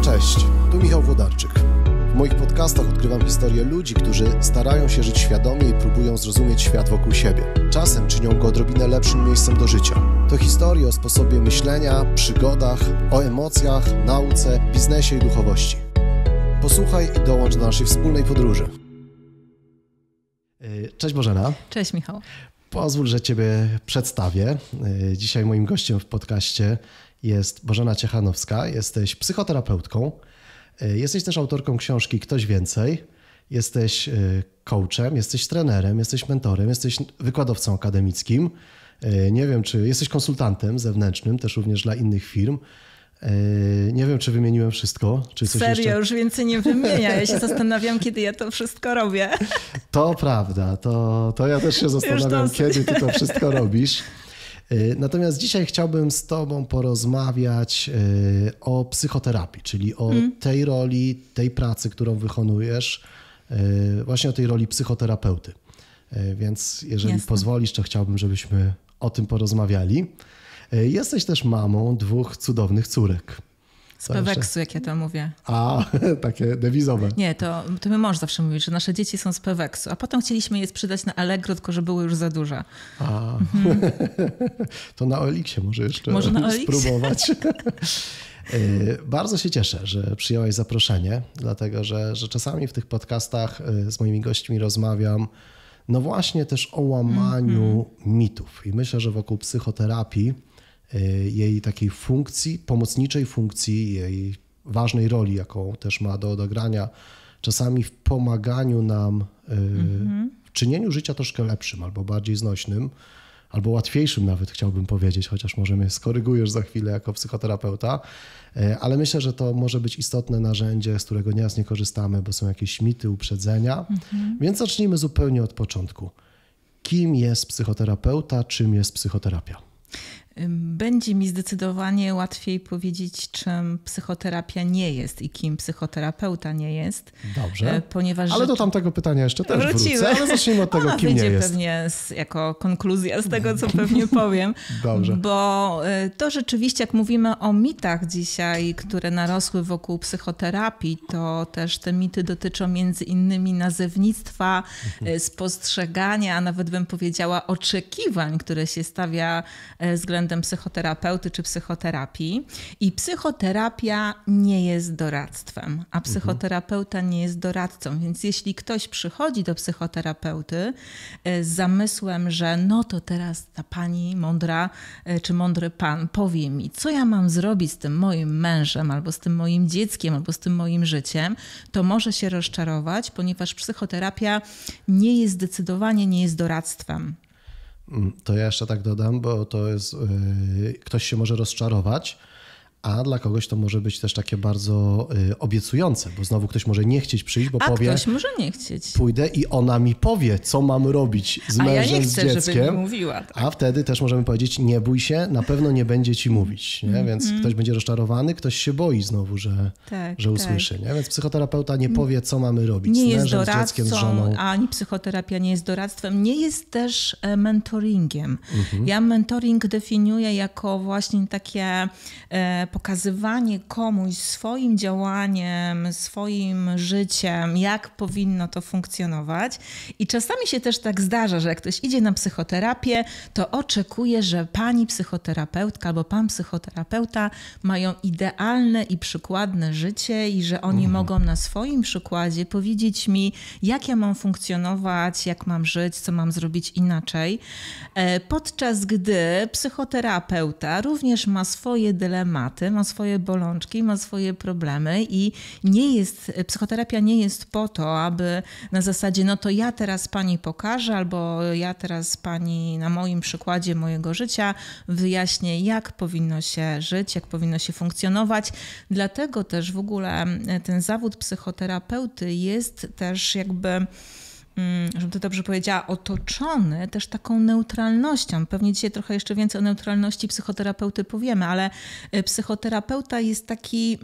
Cześć, tu Michał Włodarczyk. W moich podcastach odkrywam historię ludzi, którzy starają się żyć świadomie i próbują zrozumieć świat wokół siebie. Czasem czynią go odrobinę lepszym miejscem do życia. To historie o sposobie myślenia, przygodach, o emocjach, nauce, biznesie i duchowości. Posłuchaj i dołącz do naszej wspólnej podróży. Cześć Bożena. Cześć Michał. Pozwól, że Ciebie przedstawię. Dzisiaj moim gościem w podcaście jest Bożena Ciechanowska. Jesteś psychoterapeutką. Jesteś też autorką książki Ktoś Więcej. Jesteś coachem, jesteś trenerem, jesteś mentorem, jesteś wykładowcą akademickim. Nie wiem, czy jesteś konsultantem zewnętrznym, też również dla innych firm. Nie wiem, czy wymieniłem wszystko. Czy coś Serio, jeszcze... już więcej nie wymienia. Ja się zastanawiam, kiedy ja to wszystko robię. To prawda, to ja też się zastanawiam, kiedy ty to wszystko robisz. Natomiast dzisiaj chciałbym z Tobą porozmawiać o psychoterapii, czyli o tej roli, tej pracy, którą wykonujesz, właśnie o tej roli psychoterapeuty. Więc jeżeli pozwolisz, to chciałbym, żebyśmy o tym porozmawiali. Jesteś też mamą 2 cudownych córek. Z Peweksu, jak ja to mówię. A, takie dewizowe. Nie, to mój mąż zawsze mówi, że nasze dzieci są z Peweksu, a potem chcieliśmy je sprzedać na Allegro, tylko że były już za duże. To na OLX-ie może jeszcze na spróbować. Bardzo się cieszę, że przyjęłaś zaproszenie, dlatego że czasami w tych podcastach z moimi gośćmi rozmawiam no właśnie też o łamaniu mitów. I myślę, że wokół psychoterapii, jej takiej funkcji, pomocniczej funkcji, jej ważnej roli, jaką też ma do odegrania, czasami w pomaganiu nam w czynieniu życia troszkę lepszym albo bardziej znośnym, albo łatwiejszym nawet chciałbym powiedzieć, chociaż może mnie skorygujesz za chwilę jako psychoterapeuta, ale myślę, że to może być istotne narzędzie, z którego nieraz nie korzystamy, bo są jakieś mity, uprzedzenia. Więc zacznijmy zupełnie od początku. Kim jest psychoterapeuta, czym jest psychoterapia? Będzie mi zdecydowanie łatwiej powiedzieć, czym psychoterapia nie jest i kim psychoterapeuta nie jest. Dobrze, ponieważ ale do tamtego pytania jeszcze też wrócę, ale zacznijmy od tego, kim nie jest. Pewnie jako konkluzja z tego, co pewnie powiem. Dobrze. Bo to rzeczywiście, jak mówimy o mitach dzisiaj, które narosły wokół psychoterapii, to też te mity dotyczą między innymi nazewnictwa, spostrzegania, a nawet bym powiedziała oczekiwań, które się stawia względem psychoterapeuty czy psychoterapii. I psychoterapia nie jest doradztwem, a psychoterapeuta nie jest doradcą. Więc jeśli ktoś przychodzi do psychoterapeuty z zamysłem, że no to teraz ta pani mądra czy mądry pan powie mi, co ja mam zrobić z tym moim mężem, albo z tym moim dzieckiem, albo z tym moim życiem, to może się rozczarować, ponieważ psychoterapia zdecydowanie nie jest doradztwem. To ja jeszcze tak dodam, bo to jest, ktoś się może rozczarować, a dla kogoś to może być też takie bardzo obiecujące, bo znowu ktoś może nie chcieć przyjść, bo powie... ktoś może nie chcieć. Pójdę i ona mi powie, co mam robić z mężem, ja nie chcę, z dzieckiem. żeby mi mówiła. Tak. A wtedy też możemy powiedzieć, nie bój się, na pewno nie będzie ci mówić. Nie? Więc ktoś będzie rozczarowany, ktoś się boi znowu, że usłyszy. Nie? Więc psychoterapeuta nie powie, co mamy robić z mężem, z dzieckiem, z żoną. Ani psychoterapia nie jest doradztwem, nie jest też mentoringiem. Ja mentoring definiuję jako właśnie takie pokazywanie komuś swoim działaniem, swoim życiem, jak powinno to funkcjonować. I czasami się też tak zdarza, że jak ktoś idzie na psychoterapię, to oczekuje, że pani psychoterapeutka albo pan psychoterapeuta mają idealne i przykładne życie i że oni mogą na swoim przykładzie powiedzieć mi, jak ja mam funkcjonować, jak mam żyć, co mam zrobić inaczej. Podczas gdy psychoterapeuta również ma swoje dylematy, ma swoje bolączki, ma swoje problemy i psychoterapia nie jest po to, aby na zasadzie, no to ja teraz pani pokażę, albo ja teraz pani na moim przykładzie mojego życia wyjaśnię, jak powinno się żyć, jak powinno się funkcjonować. Dlatego też w ogóle ten zawód psychoterapeuty jest też jakby, żebym to dobrze powiedziała, otoczony też taką neutralnością. Pewnie dzisiaj trochę jeszcze więcej o neutralności psychoterapeuty powiemy, ale psychoterapeuta jest taki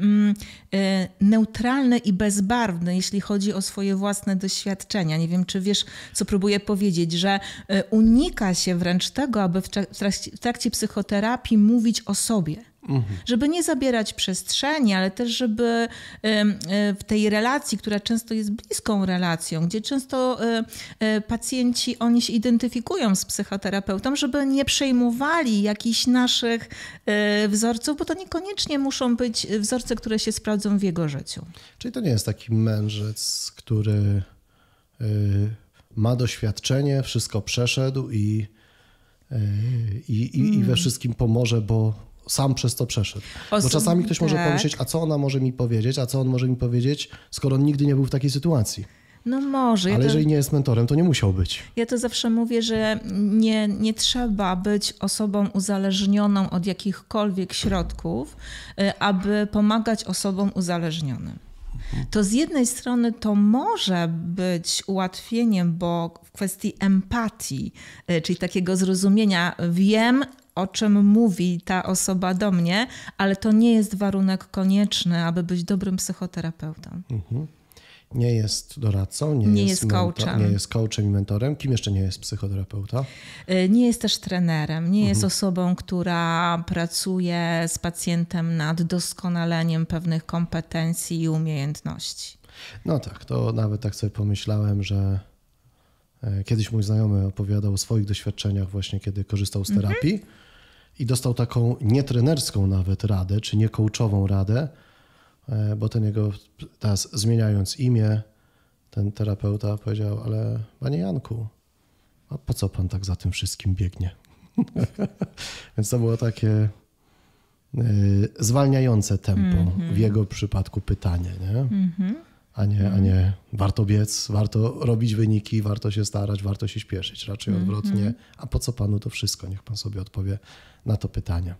neutralny i bezbarwny, jeśli chodzi o swoje własne doświadczenia. Nie wiem, czy wiesz, co próbuję powiedzieć, że unika się wręcz tego, aby w trakcie psychoterapii mówić o sobie. Żeby nie zabierać przestrzeni, ale też żeby w tej relacji, która często jest bliską relacją, gdzie często pacjenci, oni się identyfikują z psychoterapeutą, żeby nie przejmowali jakichś naszych wzorców, bo to niekoniecznie muszą być wzorce, które się sprawdzą w jego życiu. Czyli to nie jest taki mędrzec, który ma doświadczenie, wszystko przeszedł i we wszystkim pomoże, bo sam przez to przeszedł. Bo czasami ktoś może pomyśleć, a co ona może mi powiedzieć, a co on może mi powiedzieć, skoro on nigdy nie był w takiej sytuacji. No może. Ale jeżeli nie jest mentorem, to nie musiał być. Ja to zawsze mówię, że nie trzeba być osobą uzależnioną od jakichkolwiek środków, aby pomagać osobom uzależnionym. To z jednej strony to może być ułatwieniem, bo w kwestii empatii, czyli takiego zrozumienia, wiem, o czym mówi ta osoba do mnie, ale to nie jest warunek konieczny, aby być dobrym psychoterapeutą. Nie jest doradcą, nie jest coachem. Nie jest coachem i mentorem. Kim jeszcze nie jest psychoterapeuta? Nie jest też trenerem, nie jest osobą, która pracuje z pacjentem nad doskonaleniem pewnych kompetencji i umiejętności. No tak, to nawet tak sobie pomyślałem, że kiedyś mój znajomy opowiadał o swoich doświadczeniach właśnie, kiedy korzystał z terapii i dostał taką nietrenerską nawet radę, czy nie coachową radę, bo ten jego, teraz zmieniając imię, ten terapeuta powiedział, ale panie Janku, a po co pan tak za tym wszystkim biegnie? Więc to było takie zwalniające tempo w jego przypadku pytanie, nie? A nie warto biec, warto robić wyniki, warto się starać, warto się śpieszyć, raczej odwrotnie. A po co panu to wszystko? Niech pan sobie odpowie na to pytanie.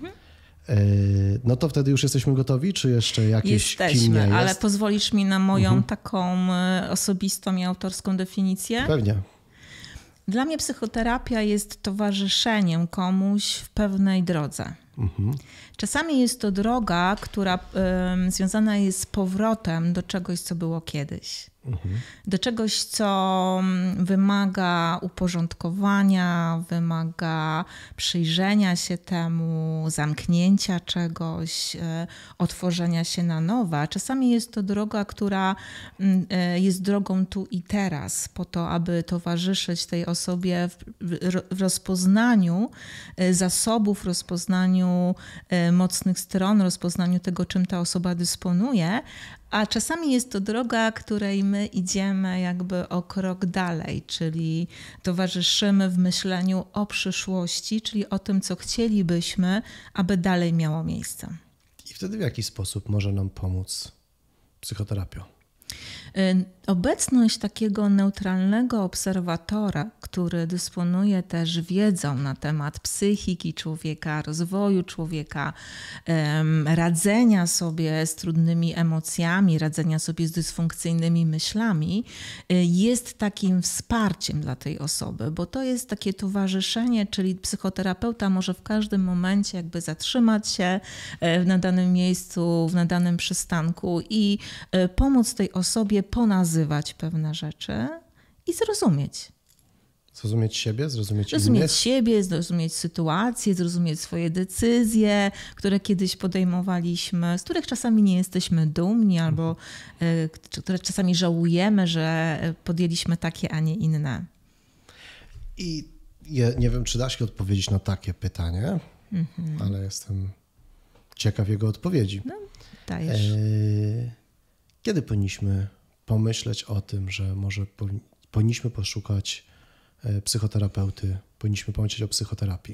No to wtedy już jesteśmy gotowi, czy jeszcze jakieś kim nie jest? Ale pozwolisz mi na moją taką osobistą i autorską definicję? Pewnie. Dla mnie psychoterapia jest towarzyszeniem komuś w pewnej drodze. Czasami jest to droga, która związana jest z powrotem do czegoś, co było kiedyś. Do czegoś, co wymaga uporządkowania, wymaga przyjrzenia się temu, zamknięcia czegoś, otworzenia się na nowe. Czasami jest to droga, która jest drogą tu i teraz, po to, aby towarzyszyć tej osobie w rozpoznaniu zasobów, rozpoznaniu mocnych stron, rozpoznaniu tego, czym ta osoba dysponuje, a czasami jest to droga, której my idziemy jakby o krok dalej, czyli towarzyszymy w myśleniu o przyszłości, czyli o tym, co chcielibyśmy, aby dalej miało miejsce. I wtedy w jaki sposób może nam pomóc psychoterapia? Obecność takiego neutralnego obserwatora, który dysponuje też wiedzą na temat psychiki człowieka, rozwoju człowieka, radzenia sobie z trudnymi emocjami, radzenia sobie z dysfunkcyjnymi myślami, jest takim wsparciem dla tej osoby, bo to jest takie towarzyszenie, czyli psychoterapeuta może w każdym momencie jakby zatrzymać się na danym miejscu, na danym przystanku i pomóc tej osobie ponazywać pewne rzeczy i zrozumieć. Zrozumieć siebie, zrozumieć innych? Siebie, zrozumieć sytuację, zrozumieć swoje decyzje, które kiedyś podejmowaliśmy, z których czasami nie jesteśmy dumni albo które czasami żałujemy, że podjęliśmy takie, a nie inne. I nie wiem, czy da się odpowiedzieć na takie pytanie, ale jestem ciekaw jego odpowiedzi. No, dajesz. Kiedy powinniśmy pomyśleć o tym, że może powinniśmy poszukać psychoterapeuty, powinniśmy pomyśleć o psychoterapii?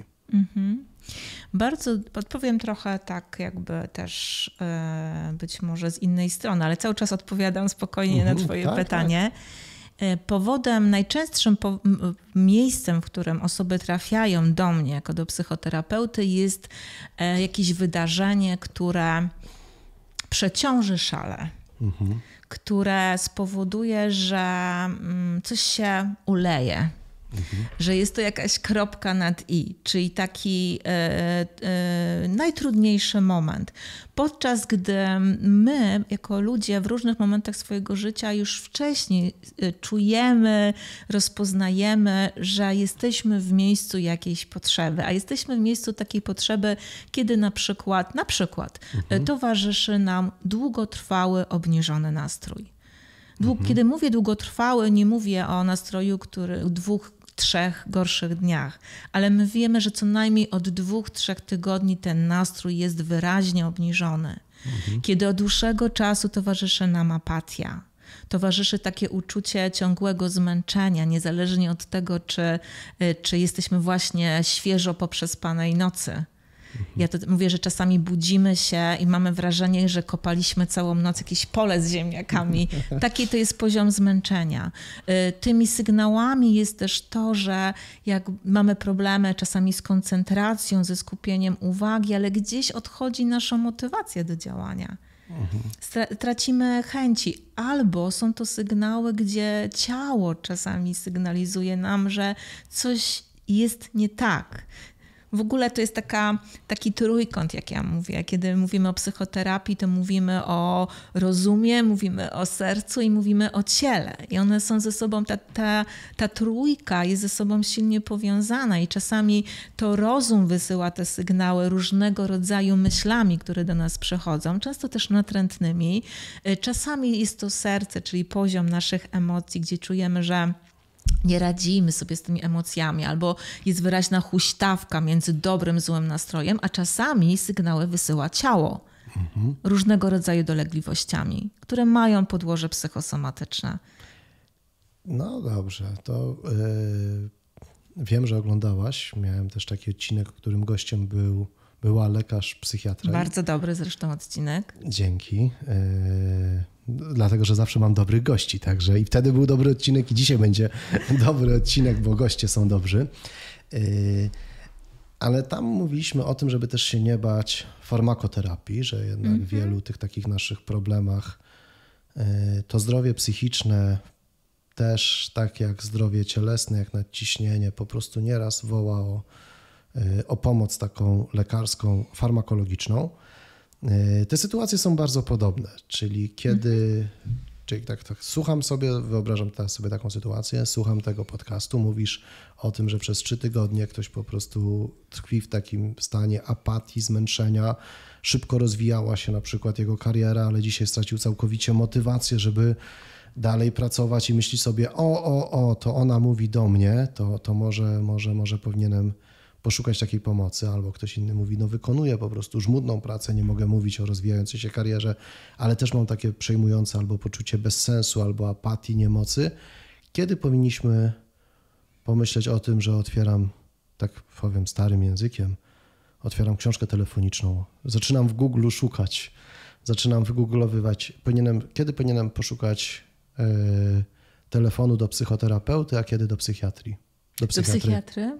Bardzo odpowiem trochę tak jakby też być może z innej strony, ale cały czas odpowiadam spokojnie na twoje pytanie. Tak. Powodem, najczęstszym miejscem, w którym osoby trafiają do mnie jako do psychoterapeuty jest jakieś wydarzenie, które przeciąży szale. które spowoduje, że coś się uleje. Że jest to jakaś kropka nad i, czyli taki najtrudniejszy moment. Podczas gdy my, jako ludzie, w różnych momentach swojego życia już wcześniej czujemy, rozpoznajemy, że jesteśmy w miejscu jakiejś potrzeby, a jesteśmy w miejscu takiej potrzeby, kiedy na przykład towarzyszy nam długotrwały, obniżony nastrój. Kiedy mówię długotrwały, nie mówię o nastroju, który 2-3 gorszych dniach, ale my wiemy, że co najmniej od 2-3 tygodni ten nastrój jest wyraźnie obniżony. Kiedy od dłuższego czasu towarzyszy nam apatia, towarzyszy takie uczucie ciągłego zmęczenia, niezależnie od tego, czy jesteśmy właśnie świeżo po przespanej nocy. Ja to mówię, że czasami budzimy się i mamy wrażenie, że kopaliśmy całą noc jakieś pole z ziemniakami. Taki to jest poziom zmęczenia. Tymi sygnałami jest też to, że jak mamy problemy czasami z koncentracją, ze skupieniem uwagi, ale gdzieś odchodzi nasza motywacja do działania. Tracimy chęci. Albo są to sygnały, gdzie ciało czasami sygnalizuje nam, że coś jest nie tak. W ogóle to jest taki trójkąt, jak ja mówię. Kiedy mówimy o psychoterapii, to mówimy o rozumie, mówimy o sercu i mówimy o ciele. I one są ze sobą, ta trójka jest ze sobą silnie powiązana i czasami to rozum wysyła te sygnały różnego rodzaju myślami, które do nas przychodzą, często też natrętnymi. Czasami jest to serce, czyli poziom naszych emocji, gdzie czujemy, że nie radzimy sobie z tymi emocjami, albo jest wyraźna huśtawka między dobrym, złym nastrojem, a czasami sygnały wysyła ciało różnego rodzaju dolegliwościami, które mają podłoże psychosomatyczne. No dobrze, to wiem, że oglądałaś. Miałem też taki odcinek, w którym gościem była lekarz psychiatra. Bardzo dobry zresztą odcinek. Dzięki. Dlatego, że zawsze mam dobrych gości, także i wtedy był dobry odcinek i dzisiaj będzie dobry odcinek, bo goście są dobrzy. Ale tam mówiliśmy o tym, żeby też się nie bać farmakoterapii, że jednak w wielu tych takich naszych problemach to zdrowie psychiczne też, tak jak zdrowie cielesne, jak nadciśnienie, po prostu nieraz woła o pomoc taką lekarską, farmakologiczną. Te sytuacje są bardzo podobne, czyli czyli tak słucham sobie, wyobrażam sobie taką sytuację, słucham tego podcastu, mówisz o tym, że przez 3 tygodnie ktoś po prostu tkwi w takim stanie apatii, zmęczenia, szybko rozwijała się na przykład jego kariera, ale dzisiaj stracił całkowicie motywację, żeby dalej pracować i myśli sobie, to ona mówi do mnie, to może powinienem poszukać takiej pomocy, albo ktoś inny mówi, wykonuję po prostu żmudną pracę, nie mogę mówić o rozwijającej się karierze, ale też mam takie przejmujące albo poczucie bezsensu, albo apatii, niemocy. Kiedy powinniśmy pomyśleć o tym, że otwieram, tak powiem starym językiem, otwieram książkę telefoniczną, zaczynam w Google szukać, zaczynam wygooglowywać, kiedy powinienem poszukać telefonu do psychoterapeuty, a kiedy do psychiatrii? Do psychiatry?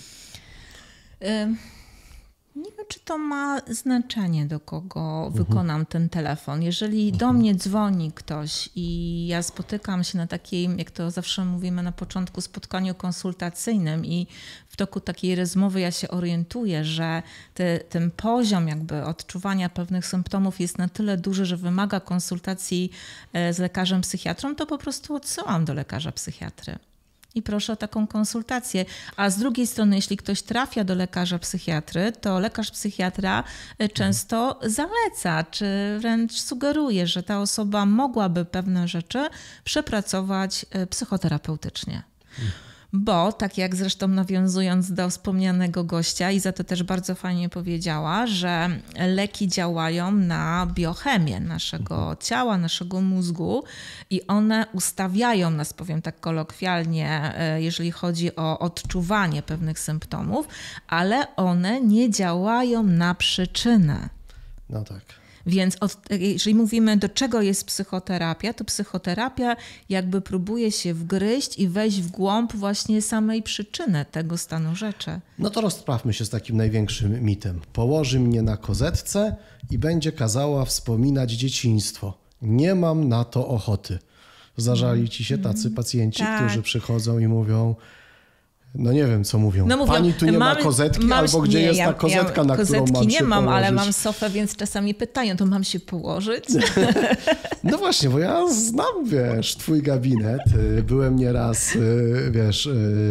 Nie wiem, czy to ma znaczenie, do kogo wykonam ten telefon. Jeżeli do mnie dzwoni ktoś i ja spotykam się na takim, jak to zawsze mówimy na początku, spotkaniu konsultacyjnym i w toku takiej rozmowy ja się orientuję, że ten poziom jakby odczuwania pewnych symptomów jest na tyle duży, że wymaga konsultacji z lekarzem psychiatrą, to po prostu odsyłam do lekarza psychiatry. I proszę o taką konsultację. A z drugiej strony, jeśli ktoś trafia do lekarza psychiatry, to lekarz psychiatra często zaleca, czy wręcz sugeruje, że ta osoba mogłaby pewne rzeczy przepracować psychoterapeutycznie. Bo, tak jak zresztą nawiązując do wspomnianego gościa, i za to też bardzo fajnie powiedziała, że leki działają na biochemię naszego ciała, naszego mózgu i one ustawiają nas, powiem tak kolokwialnie, jeżeli chodzi o odczuwanie pewnych symptomów, ale one nie działają na przyczynę. No tak. Więc jeżeli mówimy, do czego jest psychoterapia, to psychoterapia jakby próbuje się wgryźć i wejść w głąb właśnie samej przyczyny tego stanu rzeczy. No to rozprawmy się z takim największym mitem. Położy mnie na kozetce i będzie kazała wspominać dzieciństwo. Nie mam na to ochoty. Zdarzali ci się tacy pacjenci, którzy przychodzą i mówią, No nie wiem, co mówią. No mówią, pani tu nie ma kozetki, albo gdzie jest ta kozetka, na którą mam się położyć. Kozetki nie mam, ale mam sofę, więc czasami pytają, to mam się położyć? No właśnie, bo ja znam, wiesz, twój gabinet. Byłem nieraz, wiesz,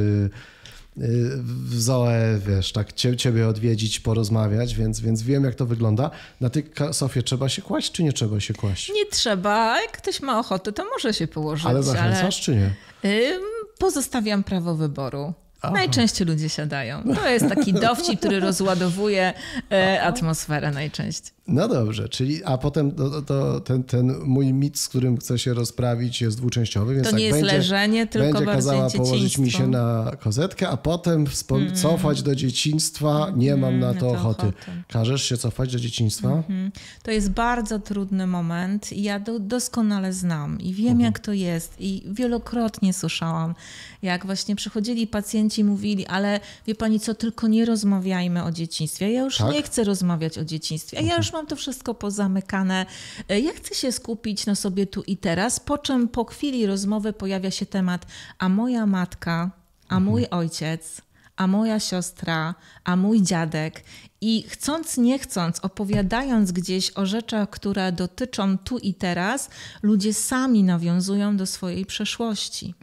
w Zoe, wiesz, tak ciebie odwiedzić, porozmawiać, więc wiem, jak to wygląda. Na tej sofie trzeba się kłaść, czy nie trzeba się kłaść? Nie trzeba. Jak ktoś ma ochotę, to może się położyć. Ale zachęcasz, czy nie? Pozostawiam prawo wyboru. Aha. Najczęściej ludzie siadają. To jest taki dowcip, który rozładowuje atmosferę najczęściej. No dobrze, czyli a potem ten mój mit, z którym chcę się rozprawić, jest dwuczęściowy, więc to nie jest leżenie, tylko będzie bardziej kazała dzieciństwo. Położyć mi się na kozetkę, a potem cofać do dzieciństwa. Nie mam na to ochoty. Każesz się cofać do dzieciństwa? To jest bardzo trudny moment i ja doskonale znam i wiem, jak to jest i wielokrotnie słyszałam, jak właśnie przychodzili pacjenci i mówili, ale wie pani co, tylko nie rozmawiajmy o dzieciństwie. Ja już nie chcę rozmawiać o dzieciństwie, a ja już mam to wszystko pozamykane. Ja chcę się skupić na sobie tu i teraz, po czym po chwili rozmowy pojawia się temat, a moja matka, a mój ojciec, a moja siostra, a mój dziadek. I chcąc, nie chcąc, opowiadając gdzieś o rzeczach, które dotyczą tu i teraz, ludzie sami nawiązują do swojej przeszłości.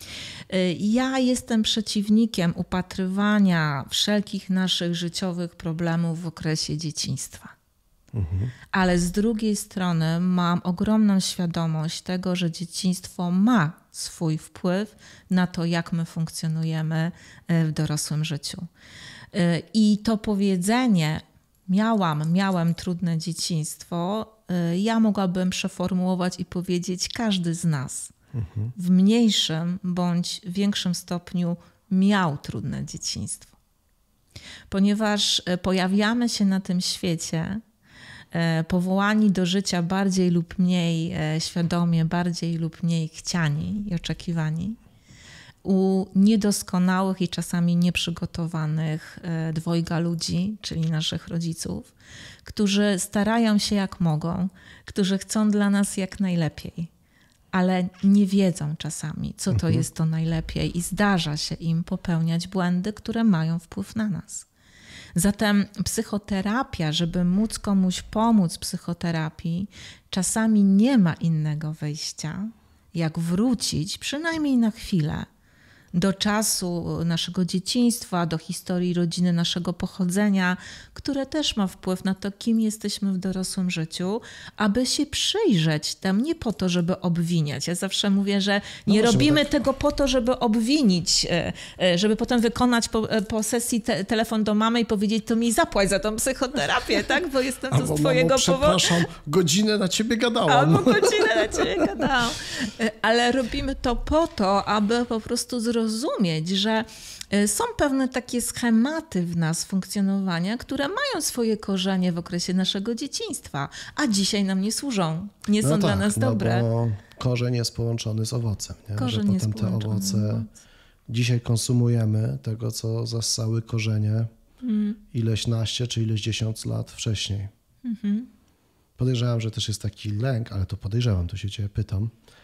Ja jestem przeciwnikiem upatrywania wszelkich naszych życiowych problemów w okresie dzieciństwa. Ale z drugiej strony mam ogromną świadomość tego, że dzieciństwo ma swój wpływ na to, jak my funkcjonujemy w dorosłym życiu. I to powiedzenie miałem trudne dzieciństwo, ja mogłabym przeformułować i powiedzieć każdy z nas w mniejszym bądź większym stopniu miał trudne dzieciństwo. Ponieważ pojawiamy się na tym świecie powołani do życia bardziej lub mniej świadomie, bardziej lub mniej chciani i oczekiwani, u niedoskonałych i czasami nieprzygotowanych dwojga ludzi, czyli naszych rodziców, którzy starają się jak mogą, którzy chcą dla nas jak najlepiej, ale nie wiedzą czasami, co to jest to najlepiej i zdarza się im popełniać błędy, które mają wpływ na nas. Zatem psychoterapia, żeby móc komuś pomóc psychoterapii, czasami nie ma innego wyjścia, jak wrócić przynajmniej na chwilę do czasu naszego dzieciństwa, do historii rodziny naszego pochodzenia, które też ma wpływ na to, kim jesteśmy w dorosłym życiu, aby się przyjrzeć tam nie po to, żeby obwiniać. Ja zawsze mówię, że nie robimy tego po to, żeby obwinić, żeby potem wykonać po sesji telefon do mamy i powiedzieć, to mi zapłać za tą psychoterapię, tak? Bo jestem tu z twojego powodu. Przepraszam, godzinę na ciebie gadałam. Albo godzinę na ciebie gadałam. Ale robimy to po to, aby po prostu zrozumieć, że są pewne takie schematy w nas funkcjonowania, które mają swoje korzenie w okresie naszego dzieciństwa, a dzisiaj nam nie służą, nie są dla nas dobre. Bo korzeń jest połączony z owocem, nie? Że potem te owoce dzisiaj konsumujemy tego, co zassały korzenie ileś naście czy ileś 10 lat wcześniej. Podejrzewam, że też jest taki lęk, ale to podejrzewam, to się ciebie pytam,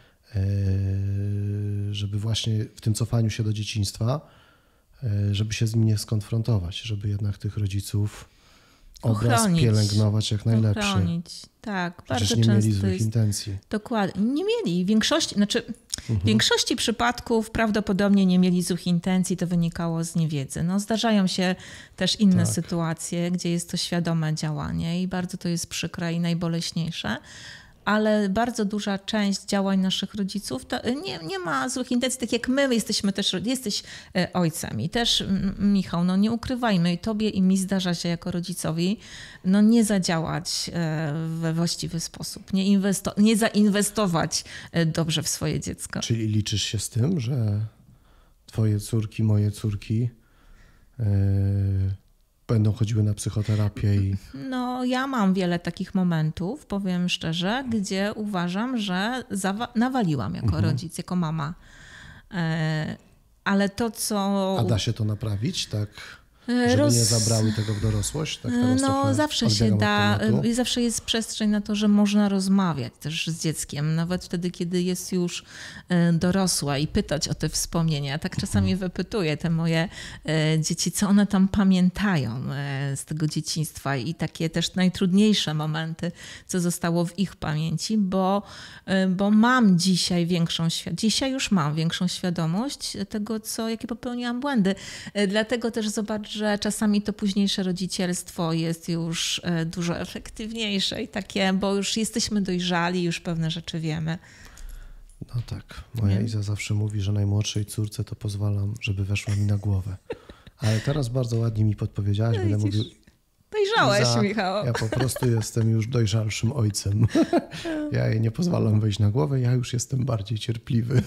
żeby właśnie w tym cofaniu się do dzieciństwa, żeby się z nim nie skonfrontować, żeby jednak tych rodziców obraz pielęgnować jak najlepszy. Ochronić. Tak, przecież bardzo nie często mieli złych jest, intencji. Dokładnie. Nie mieli. W większości przypadków prawdopodobnie nie mieli złych intencji, to wynikało z niewiedzy. No, zdarzają się też inne sytuacje, gdzie jest to świadome działanie i bardzo to jest przykre i najboleśniejsze. Ale bardzo duża część działań naszych rodziców to nie ma złych intencji, tak jak my jesteś ojcem i też Michał, no nie ukrywajmy, i tobie i mi zdarza się jako rodzicowi, no nie zadziałać we właściwy sposób, nie zainwestować dobrze w swoje dziecko. Czyli liczysz się z tym, że twoje córki, moje córki będą chodziły na psychoterapię i... No, ja mam wiele takich momentów, powiem szczerze, gdzie uważam, że nawaliłam jako rodzic, jako mama. Ale to, co... A da się to naprawić, tak? Żeby nie zabrały tego w dorosłość? Tak teraz zawsze się da, zawsze jest przestrzeń na to, że można rozmawiać też z dzieckiem, nawet wtedy, kiedy jest już dorosła i pytać o te wspomnienia. Tak czasami wypytuję te moje dzieci, co one tam pamiętają z tego dzieciństwa i takie też najtrudniejsze momenty, co zostało w ich pamięci, bo mam dzisiaj już mam większą świadomość tego, jakie popełniłam błędy. Dlatego też zobacz, że czasami to późniejsze rodzicielstwo jest już dużo efektywniejsze i takie, bo już jesteśmy dojrzali, już pewne rzeczy wiemy. No tak. Moja Iza zawsze mówi, że najmłodszej córce to pozwalam, żeby weszła mi na głowę. Ale teraz bardzo ładnie mi podpowiedziałaś, będę mówił... Dojrzałeś, Michał. Ja po prostu jestem już dojrzalszym ojcem. Ja jej nie pozwalam wejść na głowę, ja już jestem bardziej cierpliwy.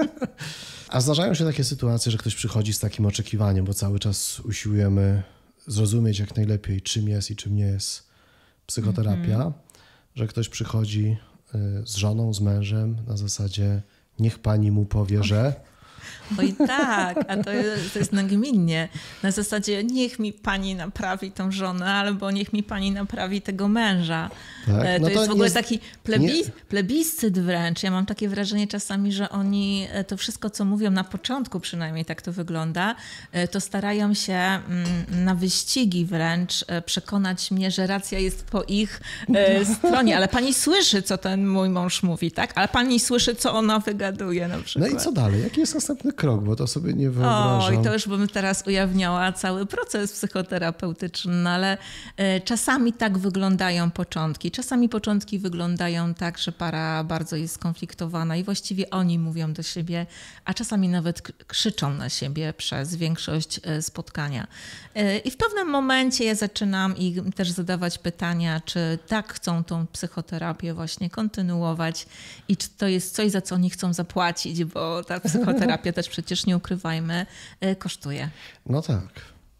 A zdarzają się takie sytuacje, że ktoś przychodzi z takim oczekiwaniem, bo cały czas usiłujemy zrozumieć jak najlepiej, czym jest i czym nie jest psychoterapia, że ktoś przychodzi z żoną, z mężem na zasadzie niech pani mu powie, że... Oj tak, a to jest nagminnie. Na zasadzie niech mi pani naprawi tą żonę, albo niech mi pani naprawi tego męża. Tak? No to jest w ogóle taki plebiscyt wręcz. Ja mam takie wrażenie czasami, że oni to wszystko, co mówią na początku, przynajmniej tak to wygląda, to starają się na wyścigi wręcz przekonać mnie, że racja jest po ich stronie. Ale pani słyszy, co ten mój mąż mówi, tak? Ale pani słyszy, co ona wygaduje na przykład. No i co dalej? Jaki jest następny krok? Bo to sobie nie wyobrażam. I to już bym teraz ujawniała cały proces psychoterapeutyczny, no ale czasami tak wyglądają początki. Czasami początki wyglądają tak, że para bardzo jest skonfliktowana i właściwie oni mówią do siebie, a czasami nawet krzyczą na siebie przez większość spotkania. I w pewnym momencie ja zaczynam im też zadawać pytania, czy tak chcą tą psychoterapię właśnie kontynuować i czy to jest coś, za co oni chcą zapłacić, bo ta psychoterapia też przecież, nie ukrywajmy, kosztuje. No tak.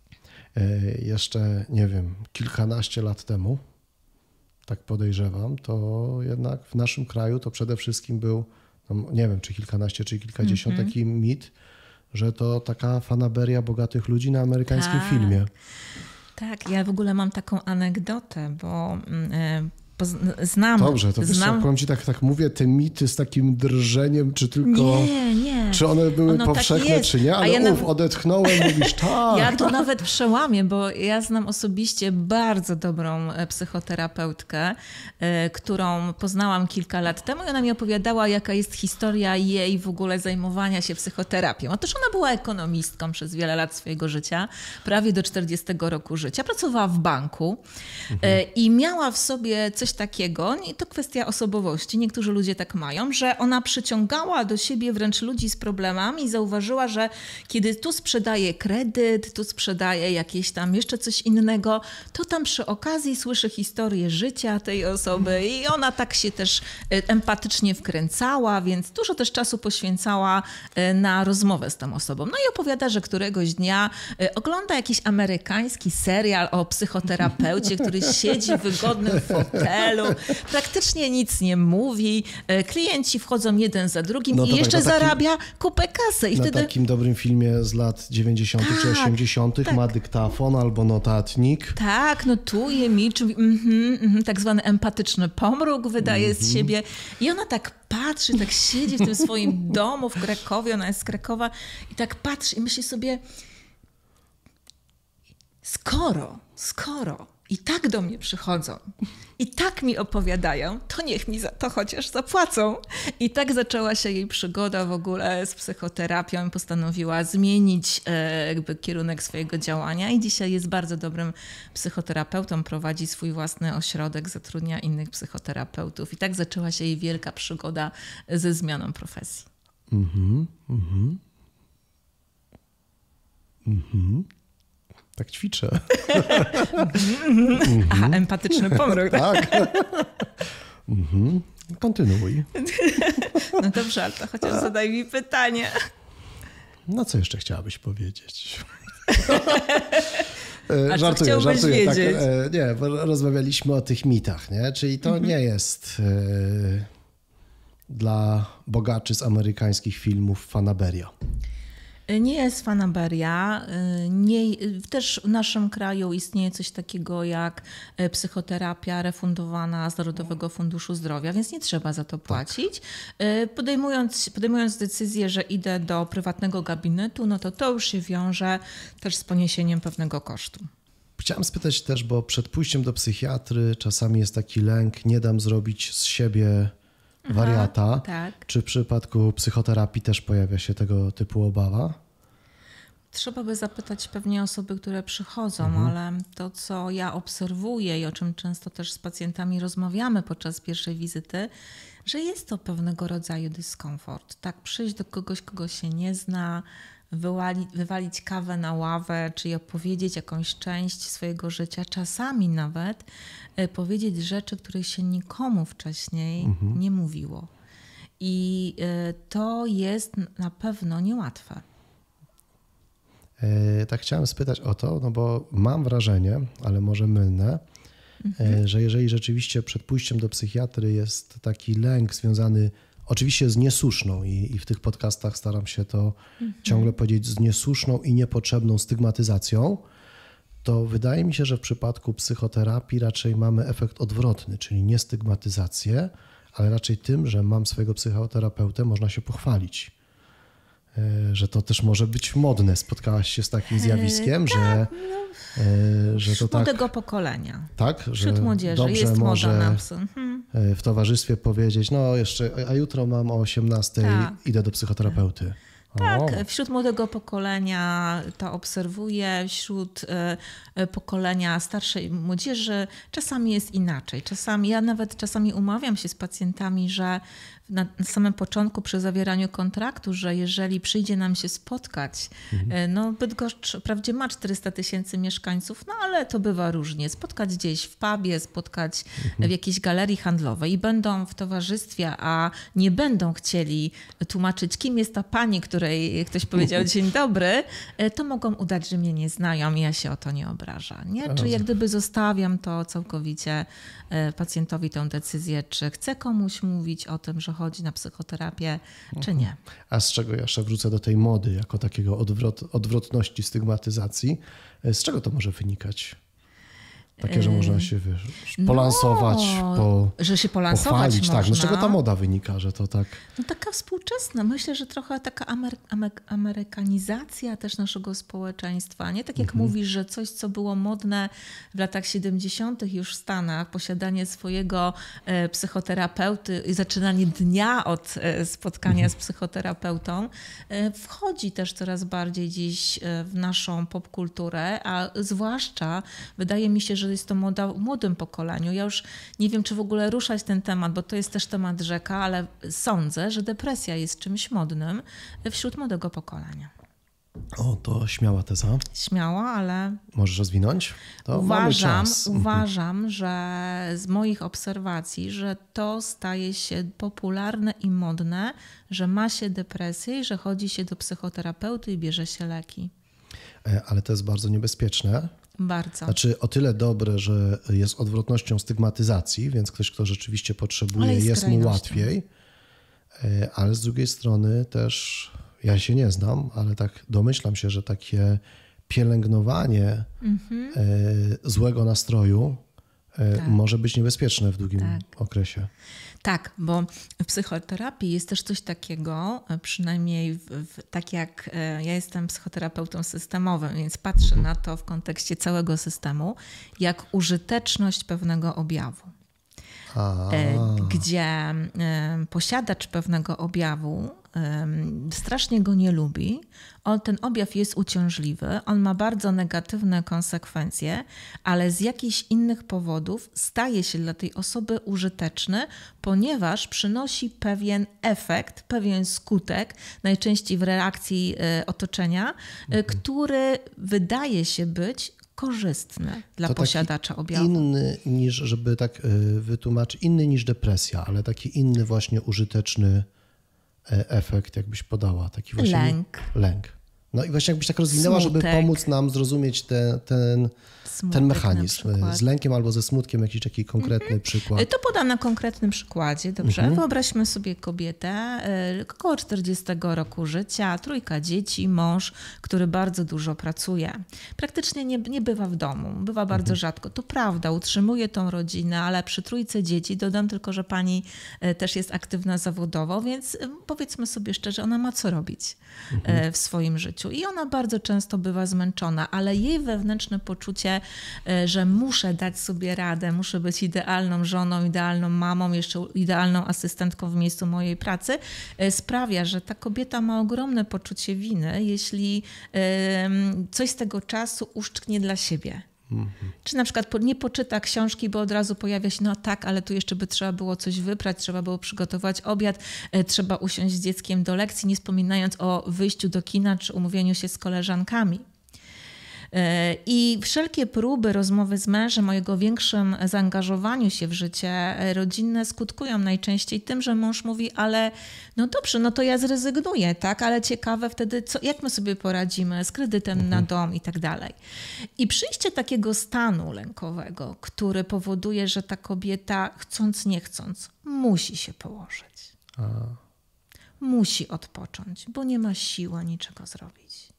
Jeszcze, nie wiem, kilkanaście lat temu, tak podejrzewam, to jednak w naszym kraju to przede wszystkim był, no nie wiem, czy kilkanaście, czy kilkadziesiąt, taki mit, że to taka fanaberia bogatych ludzi na amerykańskim filmie. Tak, ja w ogóle mam taką anegdotę, bo znam... Dobrze, to wiesz, powiem ci tak mówię, te mity z takim drżeniem, czy tylko... Nie. Czy one były powszechne, tak czy nie? Ale ja odetchnąłem, mówisz tak. Ja to nawet przełamię, bo ja znam osobiście bardzo dobrą psychoterapeutkę, którą poznałam kilka lat temu i ona mi opowiadała, jaka jest historia jej w ogóle zajmowania się psychoterapią. Otóż ona była ekonomistką przez wiele lat swojego życia, prawie do 40 roku życia. Pracowała w banku i miała w sobie coś takiego, to kwestia osobowości, niektórzy ludzie tak mają, że ona przyciągała do siebie wręcz ludzi z problemami i zauważyła, że kiedy tu sprzedaje kredyt, tu sprzedaje jakieś tam jeszcze coś innego, to tam przy okazji słyszy historię życia tej osoby i ona tak się też empatycznie wkręcała, więc dużo też czasu poświęcała na rozmowę z tą osobą. No i opowiada, że któregoś dnia ogląda jakiś amerykański serial o psychoterapeucie, który siedzi w wygodnym fotelu, praktycznie nic nie mówi, klienci wchodzą jeden za drugim i jeszcze zarabia kupę kasy. I na wtedy... takim dobrym filmie z lat 90. czy 80. ma dyktafon albo notatnik. Tak, notuje, milczy, tak zwany empatyczny pomruk wydaje z siebie. I ona tak patrzy, tak siedzi w tym swoim domu w Krakowie, ona jest z Krakowa i tak patrzy i myśli sobie, skoro i tak do mnie przychodzą i tak mi opowiadają, to niech mi za to chociaż zapłacą. I tak zaczęła się jej przygoda w ogóle z psychoterapią i postanowiła zmienić jakby kierunek swojego działania i dzisiaj jest bardzo dobrym psychoterapeutą, prowadzi swój własny ośrodek, zatrudnia innych psychoterapeutów i tak zaczęła się jej wielka przygoda ze zmianą profesji. Tak ćwiczę. Aha, empatyczny pomruk. Tak. Kontynuuj. No dobrze, ale to chociaż zadaj mi pytanie. No co jeszcze chciałabyś powiedzieć? A żartuję. Wiedzieć? Tak, nie, bo rozmawialiśmy o tych mitach, nie? Czyli to nie jest dla bogaczy z amerykańskich filmów fanaberia. Nie jest fanaberia. Też w naszym kraju istnieje coś takiego jak psychoterapia refundowana z Narodowego Funduszu Zdrowia, więc nie trzeba za to płacić. Podejmując decyzję, że idę do prywatnego gabinetu, no to już się wiąże też z poniesieniem pewnego kosztu. Chciałem spytać też, bo przed pójściem do psychiatry czasami jest taki lęk, nie dam zrobić z siebie wariata. Tak. Czy w przypadku psychoterapii też pojawia się tego typu obawa? Trzeba by zapytać pewnie osoby, które przychodzą, ale to, co ja obserwuję i o czym często też z pacjentami rozmawiamy podczas pierwszej wizyty, że jest to pewnego rodzaju dyskomfort. Tak, przyjść do kogoś, kogo się nie zna, wywalić kawę na ławę, czy opowiedzieć jakąś część swojego życia, czasami nawet powiedzieć rzeczy, których się nikomu wcześniej nie mówiło. I to jest na pewno niełatwe. Tak chciałem spytać o to, no bo mam wrażenie, ale może mylne, że jeżeli rzeczywiście przed pójściem do psychiatry jest taki lęk związany oczywiście z niesłuszną i w tych podcastach staram się to ciągle powiedzieć, z niesłuszną i niepotrzebną stygmatyzacją, to wydaje mi się, że w przypadku psychoterapii raczej mamy efekt odwrotny, czyli nie stygmatyzację, ale raczej tym, że mam swojego psychoterapeutę, można się pochwalić. Że to też może być modne. Spotkałaś się z takim zjawiskiem, tak, że to tak... młodego pokolenia. Tak? Że wśród młodzieży dobrze jest może moda na psy. w towarzystwie powiedzieć, no jeszcze, a jutro mam o 18:00 idę do psychoterapeuty. Tak, wśród młodego pokolenia to obserwuję, wśród pokolenia starszej młodzieży czasami jest inaczej. Ja nawet czasami umawiam się z pacjentami, że na samym początku przy zawieraniu kontraktu, że jeżeli przyjdzie nam się spotkać, no Bydgoszcz wprawdzie ma 400 000 mieszkańców, no ale to bywa różnie. Spotkać gdzieś w pubie, spotkać w jakiejś galerii handlowej i będą w towarzystwie, a nie będą chcieli tłumaczyć, kim jest ta pani, której ktoś powiedział dzień dobry, to mogą udać, że mnie nie znają i ja się o to nie obrażam. Nie? Czyli jak gdyby zostawiam to całkowicie pacjentowi tę decyzję, czy chce komuś mówić o tym, że chodzi na psychoterapię, czy nie. A z czego jeszcze wrócę do tej mody, jako takiego odwrotności stygmatyzacji, z czego to może wynikać? Takie, że można się polansować, że się polansować pochwalić. można. Tak, no z czego ta moda wynika, że to tak... No taka współczesna. Myślę, że trochę taka amerykanizacja też naszego społeczeństwa. Nie tak jak mówisz, że coś, co było modne w latach 70. już w Stanach, posiadanie swojego psychoterapeuty i zaczynanie dnia od spotkania z psychoterapeutą, wchodzi też coraz bardziej dziś w naszą popkulturę, a zwłaszcza wydaje mi się, że jest to moda w młodym pokoleniu. Ja już nie wiem, czy w ogóle ruszać ten temat, bo to jest też temat rzeka, ale sądzę, że depresja jest czymś modnym wśród młodego pokolenia. O, to śmiała teza. Śmiała, ale... Możesz rozwinąć? To uważam, że z moich obserwacji, że to staje się popularne i modne, że ma się depresję i że chodzi się do psychoterapeuty i bierze się leki. Ale to jest bardzo niebezpieczne. Bardzo. Znaczy o tyle dobre, że jest odwrotnością stygmatyzacji, więc ktoś, kto rzeczywiście potrzebuje, jest mu łatwiej, ale z drugiej strony też, ja się nie znam, ale tak domyślam się, że takie pielęgnowanie złego nastroju może być niebezpieczne w długim okresie. Tak, bo w psychoterapii jest też coś takiego, przynajmniej tak jak ja jestem psychoterapeutą systemowym, więc patrzę na to w kontekście całego systemu, jak użyteczność pewnego objawu. Gdzie posiadacz pewnego objawu strasznie go nie lubi, ten objaw jest uciążliwy, on ma bardzo negatywne konsekwencje, ale z jakichś innych powodów staje się dla tej osoby użyteczny, ponieważ przynosi pewien efekt, pewien skutek, najczęściej w reakcji otoczenia, który wydaje się być korzystny dla posiadacza objawu. Inny niż, żeby tak wytłumaczyć, inny niż depresja, ale taki inny właśnie użyteczny efekt, jakbyś podała. Taki właśnie lęk. No i właśnie jakbyś tak rozwinęła, żeby pomóc nam zrozumieć ten mechanizm z lękiem albo ze smutkiem, jakiś taki konkretny przykład. To podam na konkretnym przykładzie, dobrze? Wyobraźmy sobie kobietę około 40 roku życia, 3 dzieci, mąż, który bardzo dużo pracuje. Praktycznie nie bywa w domu, bywa bardzo rzadko. To prawda, utrzymuje tą rodzinę, ale przy 3 dzieci, dodam tylko, że pani też jest aktywna zawodowo, więc powiedzmy sobie szczerze, ona ma co robić w swoim życiu i ona bardzo często bywa zmęczona, ale jej wewnętrzne poczucie, że muszę dać sobie radę, muszę być idealną żoną, idealną mamą, jeszcze idealną asystentką w miejscu mojej pracy, sprawia, że ta kobieta ma ogromne poczucie winy, jeśli coś z tego czasu uszczknie dla siebie. Czy na przykład nie poczyta książki, bo od razu pojawia się, no tak, ale tu jeszcze by trzeba było coś wyprać, trzeba było przygotować obiad, trzeba usiąść z dzieckiem do lekcji, nie wspominając o wyjściu do kina czy umówieniu się z koleżankami. I wszelkie próby rozmowy z mężem o jego większym zaangażowaniu się w życie rodzinne skutkują najczęściej tym, że mąż mówi, ale no dobrze, no to ja zrezygnuję, tak? Ale ciekawe wtedy, jak my sobie poradzimy z kredytem na dom i tak dalej. I przyjście takiego stanu lękowego, który powoduje, że ta kobieta chcąc, nie chcąc, musi się położyć. Musi odpocząć, bo nie ma siły niczego zrobić.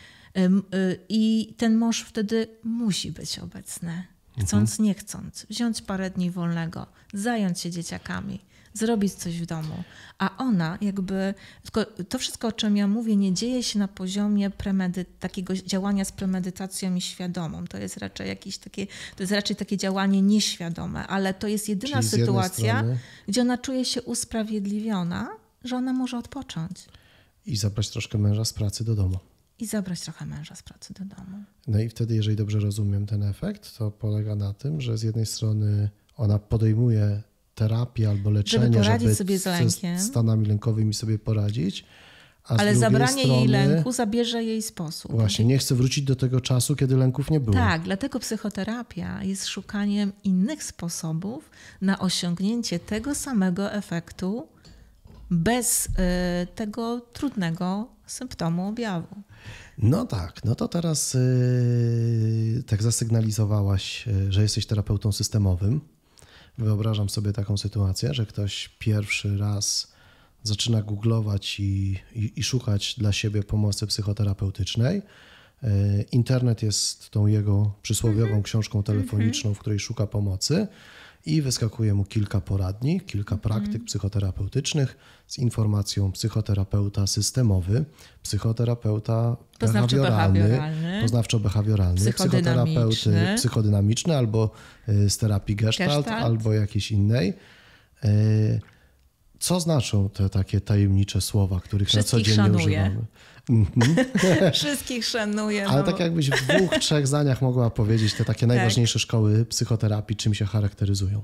I ten mąż wtedy musi być obecny, chcąc, nie chcąc, wziąć parę dni wolnego, zająć się dzieciakami, zrobić coś w domu. A ona jakby, tylko to wszystko, o czym ja mówię, nie dzieje się na poziomie takiego działania z premedytacją i świadomą. To jest raczej takie działanie nieświadome, ale to jest jedyna sytuacja, gdzie ona czuje się usprawiedliwiona, że ona może odpocząć. I zabrać troszkę męża z pracy do domu. No i wtedy, jeżeli dobrze rozumiem ten efekt, to polega na tym, że z jednej strony ona podejmuje terapię albo leczenie, żeby sobie z lękiem, ze stanami lękowymi sobie poradzić, ale zabranie jej lęku zabierze jej sposób. Właśnie, nie chce wrócić do tego czasu, kiedy lęków nie było. Tak, dlatego psychoterapia jest szukaniem innych sposobów na osiągnięcie tego samego efektu bez tego trudnego symptomu, objawu. No tak, no to teraz tak zasygnalizowałaś, że jesteś terapeutą systemowym. Wyobrażam sobie taką sytuację, że ktoś pierwszy raz zaczyna googlować i szukać dla siebie pomocy psychoterapeutycznej. Internet jest tą jego przysłowiową książką telefoniczną, w której szuka pomocy. I wyskakuje mu kilka poradni, kilka praktyk psychoterapeutycznych z informacją psychoterapeuta systemowy, psychoterapeuta poznawczo-behawioralny, psychoterapeuty psychodynamiczny albo z terapii Gestalt, albo jakiejś innej. Co znaczą te takie tajemnicze słowa, których na co dzień nie używamy? Wszystkich szanuję. Ale tak jakbyś w 2-3 zdaniach mogła powiedzieć te takie najważniejsze szkoły psychoterapii, czym się charakteryzują?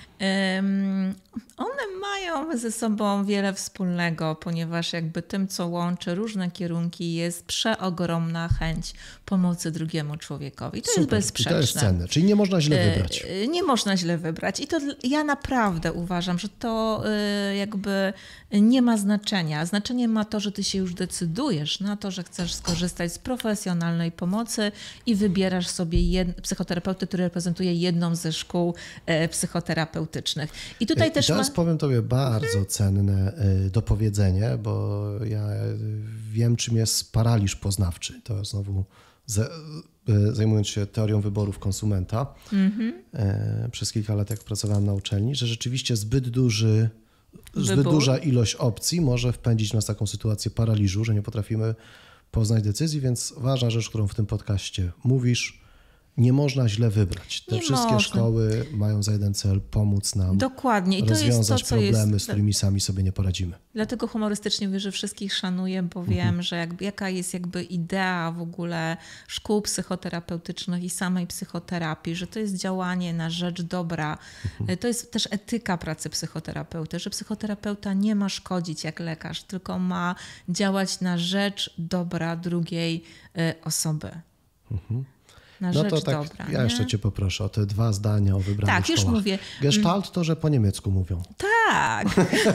One mają ze sobą wiele wspólnego, ponieważ jakby tym, co łączy różne kierunki, jest przeogromna chęć pomocy drugiemu człowiekowi. To jest bezsprzeczne. I to jest cenne, czyli nie można źle wybrać. Nie można źle wybrać i to ja naprawdę uważam, że to jakby nie ma znaczenia. Znaczenie ma to, że ty się już decydujesz na to, że chcesz skorzystać z profesjonalnej pomocy i wybierasz sobie psychoterapeutę, który reprezentuje jedną ze szkół psychoterapeutycznych. I tutaj też teraz powiem tobie bardzo cenne dopowiedzenie, bo ja wiem, czym jest paraliż poznawczy. To znowu zajmując się teorią wyborów konsumenta przez kilka lat, jak pracowałem na uczelni, że rzeczywiście zbyt duża ilość opcji może wpędzić nas w taką sytuację paraliżu, że nie potrafimy poznać decyzji, więc ważna rzecz, którą w tym podcaście mówisz, nie można źle wybrać. Te wszystkie szkoły mają za jeden cel pomóc nam rozwiązać problemy, z którymi sami sobie nie poradzimy. Dlatego humorystycznie mówię, że wszystkich szanuję, bo wiem, że jaka jest jakby idea w ogóle szkół psychoterapeutycznych i samej psychoterapii, że to jest działanie na rzecz dobra. To jest też etyka pracy psychoterapeuty, że psychoterapeuta nie ma szkodzić jak lekarz, tylko ma działać na rzecz dobra drugiej osoby. na no rzecz to tak, dobra. Ja jeszcze cię poproszę o te 2 zdania o wybranych tak, szkołach. Już mówię. Gestalt to, że po niemiecku mówią. Tak.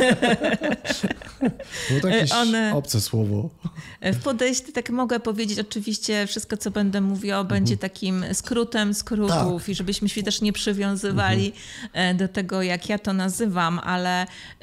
Było to jakieś obce słowo. W podejściu, tak mogę powiedzieć, oczywiście wszystko, co będę mówiła, będzie takim skrótem skrótów tak. I żebyśmy się też nie przywiązywali do tego, jak ja to nazywam, ale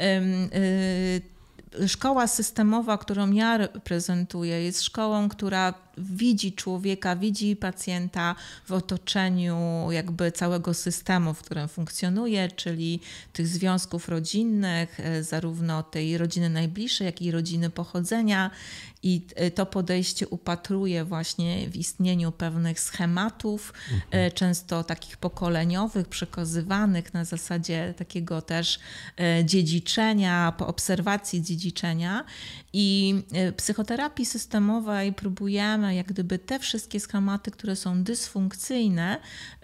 szkoła systemowa, którą ja reprezentuję, jest szkołą, która widzi człowieka, widzi pacjenta w otoczeniu jakby całego systemu, w którym funkcjonuje, czyli tych związków rodzinnych, zarówno tej rodziny najbliższej, jak i rodziny pochodzenia. I to podejście upatruje właśnie w istnieniu pewnych schematów, często takich pokoleniowych, przekazywanych na zasadzie takiego też dziedziczenia, po obserwacji dziedziczenia. I w psychoterapii systemowej próbujemy jak gdyby te wszystkie schematy, które są dysfunkcyjne,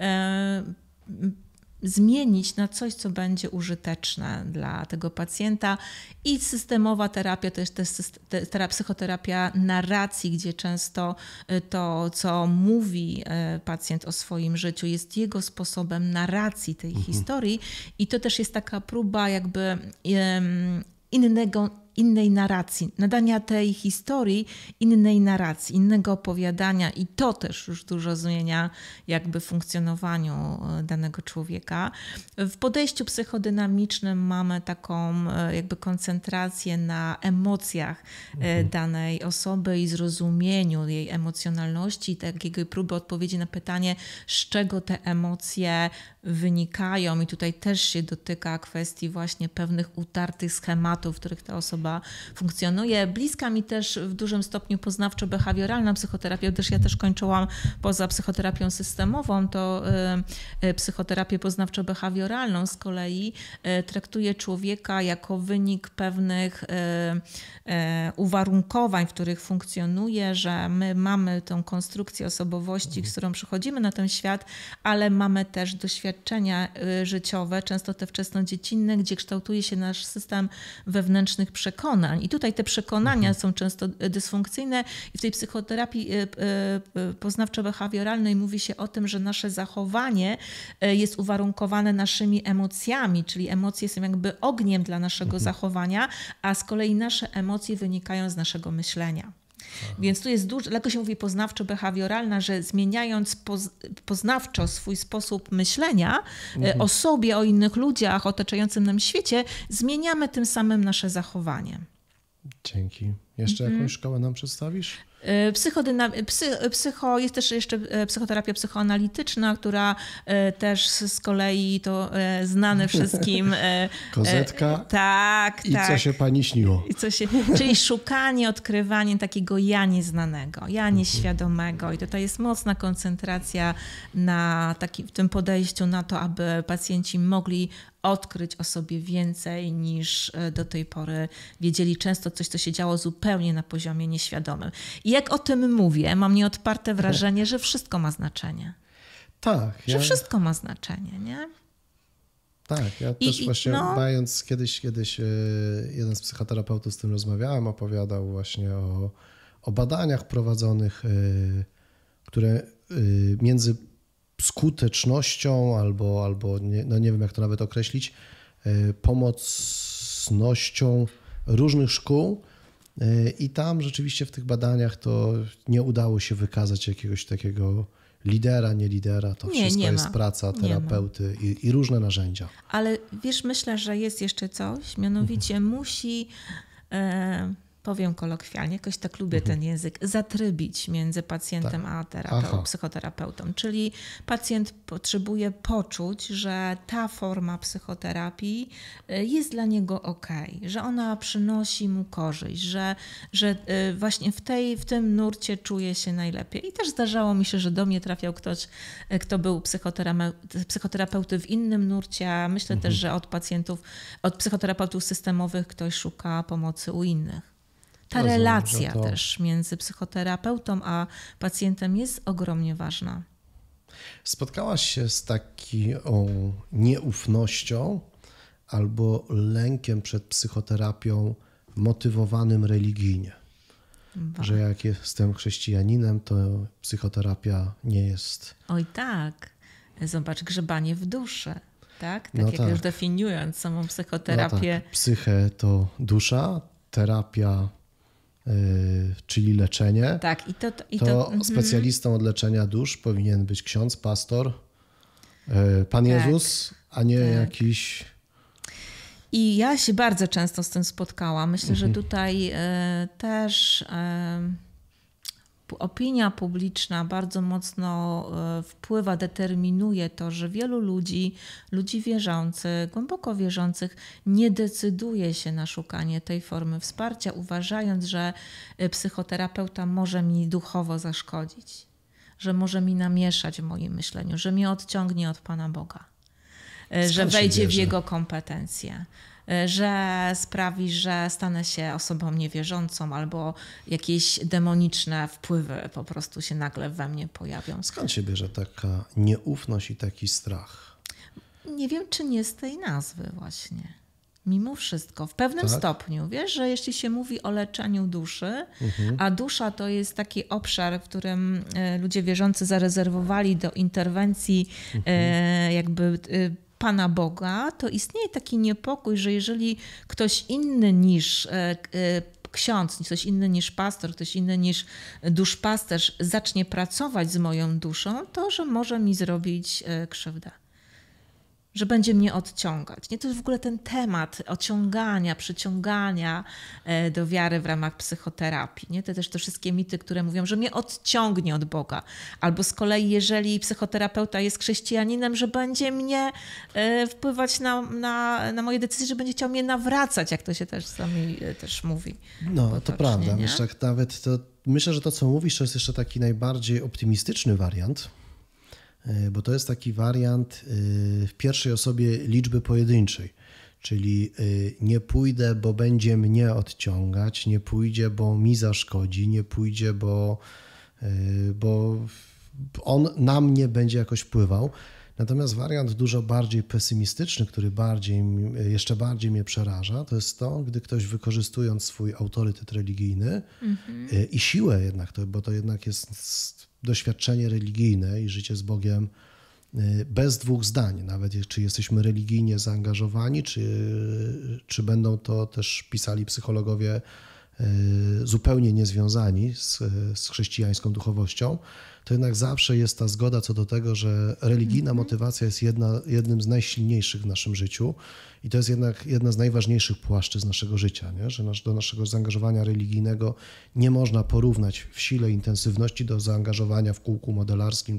zmienić na coś, co będzie użyteczne dla tego pacjenta. I systemowa terapia to jest też psychoterapia narracji, gdzie często to, co mówi pacjent o swoim życiu, jest jego sposobem narracji tej historii. I to też jest taka próba jakby innej narracji, nadania tej historii innej narracji, innego opowiadania i to też już dużo zmienia jakby funkcjonowaniu danego człowieka. W podejściu psychodynamicznym mamy taką jakby koncentrację na emocjach danej osoby i zrozumieniu jej emocjonalności, takiej próby odpowiedzi na pytanie, z czego te emocje wynikają i tutaj też się dotyka kwestii właśnie pewnych utartych schematów, w których ta osoba funkcjonuje. Bliska mi też w dużym stopniu poznawczo-behawioralna psychoterapia, gdyż ja też kończyłam poza psychoterapią systemową, to psychoterapię poznawczo-behawioralną z kolei traktuje człowieka jako wynik pewnych uwarunkowań, w których funkcjonuje, że my mamy tą konstrukcję osobowości, z którą przychodzimy na ten świat, ale mamy też doświadczenia życiowe, często te wczesnodziecinne, gdzie kształtuje się nasz system wewnętrznych przekonań. I tutaj te przekonania są często dysfunkcyjne i w tej psychoterapii poznawczo-behawioralnej mówi się o tym, że nasze zachowanie jest uwarunkowane naszymi emocjami, czyli emocje są jakby ogniem dla naszego zachowania, a z kolei nasze emocje wynikają z naszego myślenia. Więc tu jest dużo, dlatego się mówi poznawczo-behawioralna, że zmieniając poznawczo swój sposób myślenia o sobie, o innych ludziach, o otaczającym nam świecie, zmieniamy tym samym nasze zachowanie. Dzięki. Jeszcze jakąś szkołę nam przedstawisz? Jest też jeszcze psychoterapia psychoanalityczna, która też z kolei to znane wszystkim. Kozetka. Tak. Co się pani śniło? Czyli szukanie, odkrywanie takiego ja nieznanego, ja nieświadomego. I tutaj jest mocna koncentracja w tym podejściu na to, aby pacjenci mogli odkryć o sobie więcej niż do tej pory wiedzieli. Często coś, co się działo zupełnie na poziomie nieświadomym. I jak o tym mówię, mam nieodparte wrażenie, że wszystko ma znaczenie. Tak. Że wszystko ma znaczenie, nie? Tak, ja też właśnie mając kiedyś jeden z psychoterapeutów, z którym rozmawiałem, opowiadał właśnie o badaniach prowadzonych, które między skutecznością albo nie wiem jak to nawet określić, pomocnością różnych szkół i tam rzeczywiście w tych badaniach to nie udało się wykazać jakiegoś takiego lidera, nie lidera, to wszystko jest praca terapeuty i różne narzędzia. Ale wiesz, myślę, że jest jeszcze coś, mianowicie musi... powiem kolokwialnie, jakoś tak lubię ten język, zatrybić między pacjentem a psychoterapeutą. Czyli pacjent potrzebuje poczuć, że ta forma psychoterapii jest dla niego okej, że ona przynosi mu korzyść, że właśnie w tym nurcie czuje się najlepiej. I też zdarzało mi się, że do mnie trafiał ktoś, kto był psychoterapeuty w innym nurcie, a myślę też, że od psychoterapeutów systemowych ktoś szuka pomocy u innych. Ta relacja też między psychoterapeutą a pacjentem jest ogromnie ważna. Spotkałaś się z taką nieufnością albo lękiem przed psychoterapią motywowanym religijnie? że jak jestem chrześcijaninem, to psychoterapia nie jest... Oj tak, zobacz, grzebanie w duszy, tak? Tak No jak tak. już definiując samą psychoterapię. No tak. Psyche to dusza, terapia, czyli leczenie. Tak, to specjalistą od leczenia dusz powinien być ksiądz, pastor, Pan Jezus, a nie jakiś... I ja się bardzo często z tym spotkałam. Myślę, że tutaj też opinia publiczna bardzo mocno wpływa, determinuje to, że wielu ludzi wierzących, głęboko wierzących, nie decyduje się na szukanie tej formy wsparcia, uważając, że psychoterapeuta może mi duchowo zaszkodzić, że może mi namieszać w moim myśleniu, że mnie odciągnie od Pana Boga, że wejdzie w jego kompetencje, że sprawi, że stanę się osobą niewierzącą albo jakieś demoniczne wpływy po prostu się nagle we mnie pojawią. Skąd się bierze taka nieufność i taki strach? Nie wiem, czy nie z tej nazwy właśnie. Mimo wszystko, w pewnym stopniu. Wiesz, że jeśli się mówi o leczeniu duszy, a dusza to jest taki obszar, w którym ludzie wierzący zarezerwowali do interwencji jakby Pana Boga, to istnieje taki niepokój, że jeżeli ktoś inny niż ksiądz, ktoś inny niż pastor, ktoś inny niż duszpasterz zacznie pracować z moją duszą, to że może mi zrobić krzywdę. Że będzie mnie odciągać. Nie, to jest w ogóle ten temat ociągania, przyciągania do wiary w ramach psychoterapii. Nie? To też te wszystkie mity, które mówią, że mnie odciągnie od Boga. Albo z kolei, jeżeli psychoterapeuta jest chrześcijaninem, że będzie mnie wpływać na moje decyzje, że będzie chciał mnie nawracać, jak to się też sami też mówi. No, potocznie, to prawda. nie? Myślę, że to, co mówisz, to jest jeszcze taki najbardziej optymistyczny wariant, bo to jest taki wariant w pierwszej osobie liczby pojedynczej, czyli nie pójdę, bo będzie mnie odciągać, nie pójdzie, bo mi zaszkodzi, nie pójdzie, bo on na mnie będzie jakoś wpływał. Natomiast wariant dużo bardziej pesymistyczny, który jeszcze bardziej mnie przeraża, to jest to, gdy ktoś wykorzystując swój autorytet religijny i siłę jednak, bo to jednak jest doświadczenie religijne i życie z Bogiem bez dwóch zdań, nawet czy jesteśmy religijnie zaangażowani, czy będą to też pisali psychologowie zupełnie niezwiązani z chrześcijańską duchowością, to jednak zawsze jest ta zgoda co do tego, że religijna motywacja jest jednym z najsilniejszych w naszym życiu i to jest jednak jedna z najważniejszych płaszczyzn naszego życia, nie? Że do naszego zaangażowania religijnego nie można porównać w sile intensywności do zaangażowania w kółku modelarskim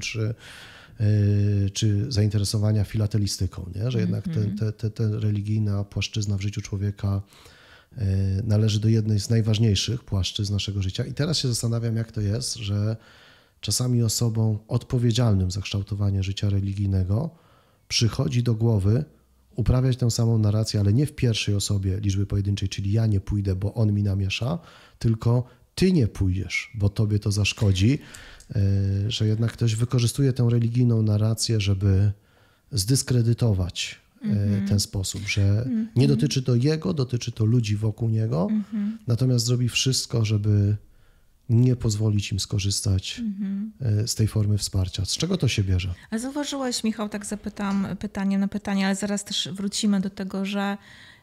czy zainteresowania filatelistyką, nie? Że jednak ta religijna płaszczyzna w życiu człowieka należy do jednej z najważniejszych płaszczyzn naszego życia. I teraz się zastanawiam, jak to jest, że czasami osobom odpowiedzialnym za kształtowanie życia religijnego przychodzi do głowy uprawiać tę samą narrację, ale nie w pierwszej osobie liczby pojedynczej, czyli ja nie pójdę, bo on mi namiesza, tylko ty nie pójdziesz, bo tobie to zaszkodzi, że jednak ktoś wykorzystuje tę religijną narrację, żeby zdyskredytować ten sposób, że nie dotyczy to jego, dotyczy to ludzi wokół niego, natomiast zrobi wszystko, żeby nie pozwolić im skorzystać z tej formy wsparcia. Z czego to się bierze? A zauważyłeś, Michał, tak zapytam pytanie na pytanie, ale zaraz też wrócimy do tego, że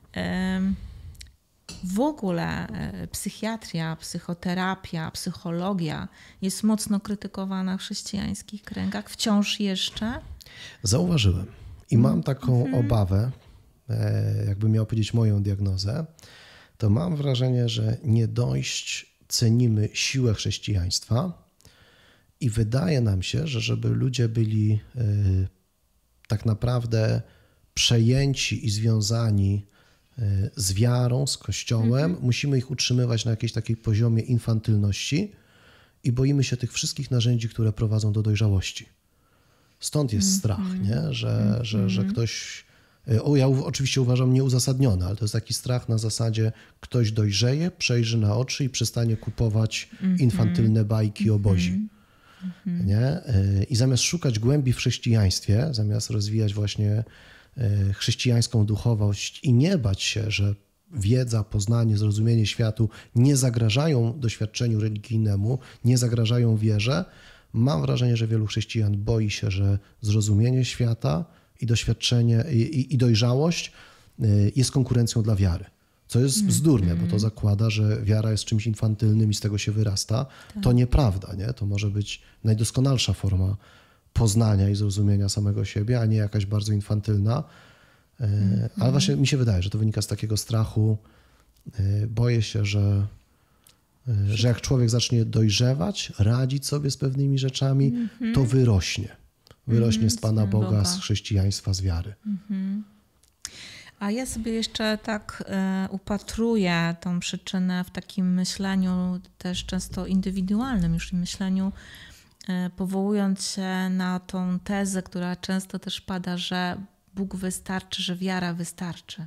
w ogóle psychiatria, psychoterapia, psychologia jest mocno krytykowana w chrześcijańskich kręgach. Wciąż jeszcze? Zauważyłem i mam taką obawę, jakbym miał powiedzieć moją diagnozę, to mam wrażenie, że nie dość cenimy siłę chrześcijaństwa i wydaje nam się, że żeby ludzie byli tak naprawdę przejęci i związani z wiarą, z Kościołem, musimy ich utrzymywać na jakiejś takiej poziomie infantylności i boimy się tych wszystkich narzędzi, które prowadzą do dojrzałości. Stąd jest strach, nie? Że ktoś... Ja oczywiście uważam nieuzasadnione, ale to jest taki strach na zasadzie ktoś dojrzeje, przejrzy na oczy i przestanie kupować infantylne bajki o Bozi. Nie? I zamiast szukać głębi w chrześcijaństwie, zamiast rozwijać właśnie chrześcijańską duchowość i nie bać się, że wiedza, poznanie, zrozumienie światu nie zagrażają doświadczeniu religijnemu, nie zagrażają wierze, mam wrażenie, że wielu chrześcijan boi się, że zrozumienie świata i doświadczenie i dojrzałość jest konkurencją dla wiary. Co jest bzdurne, bo to zakłada, że wiara jest czymś infantylnym i z tego się wyrasta. Tak. To nieprawda, nie? To może być najdoskonalsza forma poznania i zrozumienia samego siebie, a nie jakaś bardzo infantylna. Ale właśnie mi się wydaje, że to wynika z takiego strachu. Boję się, że jak człowiek zacznie dojrzewać, radzić sobie z pewnymi rzeczami, to wyrośnie. Wyrośnie z Pana Boga, z chrześcijaństwa, z wiary. A ja sobie jeszcze tak upatruję tą przyczynę w takim myśleniu też często indywidualnym, już myśleniu, powołując się na tą tezę, która często też pada, że Bóg wystarczy, że wiara wystarczy.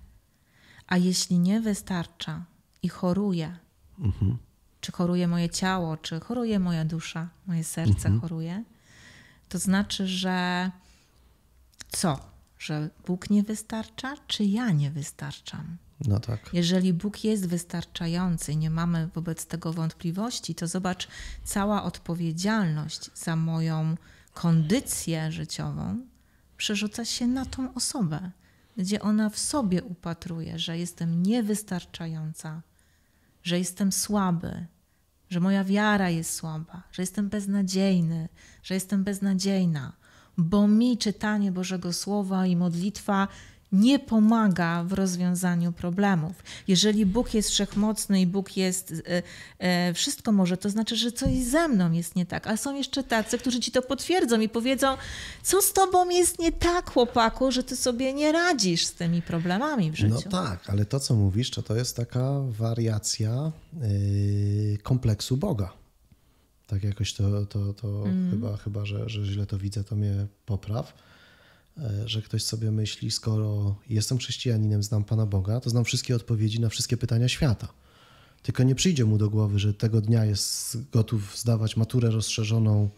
A jeśli nie wystarcza i choruje, czy choruje moje ciało, czy choruje moja dusza, moje serce choruje, to znaczy, że co? Że Bóg nie wystarcza, czy ja nie wystarczam? No tak. Jeżeli Bóg jest wystarczający i nie mamy wobec tego wątpliwości, to zobacz, cała odpowiedzialność za moją kondycję życiową przerzuca się na tą osobę, gdzie ona w sobie upatruje, że jestem niewystarczająca, że jestem słaby, że moja wiara jest słaba, że jestem beznadziejny, że jestem beznadziejna, bo mi czytanie Bożego Słowa i modlitwa nie pomaga w rozwiązaniu problemów. Jeżeli Bóg jest wszechmocny i Bóg jest wszystko może, to znaczy, że coś ze mną jest nie tak. Ale są jeszcze tacy, którzy ci to potwierdzą i powiedzą, co z tobą jest nie tak, chłopaku, że ty sobie nie radzisz z tymi problemami w życiu. No tak, ale to, co mówisz, to jest taka wariacja kompleksu Boga. Tak jakoś to chyba że źle to widzę, to mnie popraw. Że ktoś sobie myśli, skoro jestem chrześcijaninem, znam Pana Boga, to znam wszystkie odpowiedzi na wszystkie pytania świata. Tylko nie przyjdzie mu do głowy, że tego dnia jest gotów zdawać maturę rozszerzoną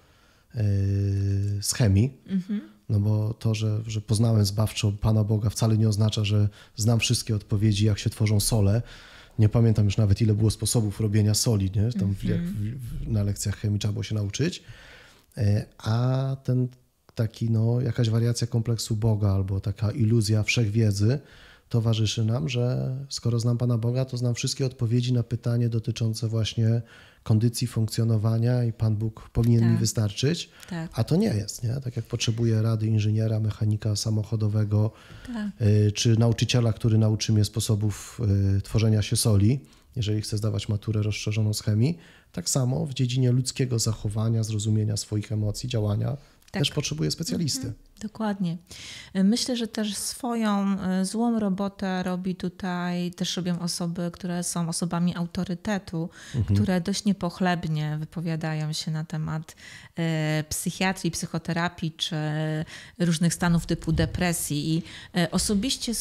z chemii, no bo to, że poznałem zbawczo Pana Boga wcale nie oznacza, że znam wszystkie odpowiedzi, jak się tworzą sole. Nie pamiętam już nawet, ile było sposobów robienia soli, nie? Tam na lekcjach chemii trzeba było się nauczyć. A ten taki, jakaś wariacja kompleksu Boga albo taka iluzja wszechwiedzy towarzyszy nam, że skoro znam Pana Boga, to znam wszystkie odpowiedzi na pytanie dotyczące właśnie kondycji funkcjonowania i Pan Bóg powinien mi wystarczyć, a to nie jest, nie? Tak jak potrzebuję rady inżyniera, mechanika samochodowego, czy nauczyciela, który nauczy mnie sposobów tworzenia się soli, jeżeli chcę zdawać maturę rozszerzoną z chemii, tak samo w dziedzinie ludzkiego zachowania, zrozumienia swoich emocji, działania, też potrzebuje specjalisty. Dokładnie. Myślę, że też swoją złą robotę robią osoby, które są osobami autorytetu, które dość niepochlebnie wypowiadają się na temat psychiatrii, psychoterapii czy różnych stanów typu depresji. I osobiście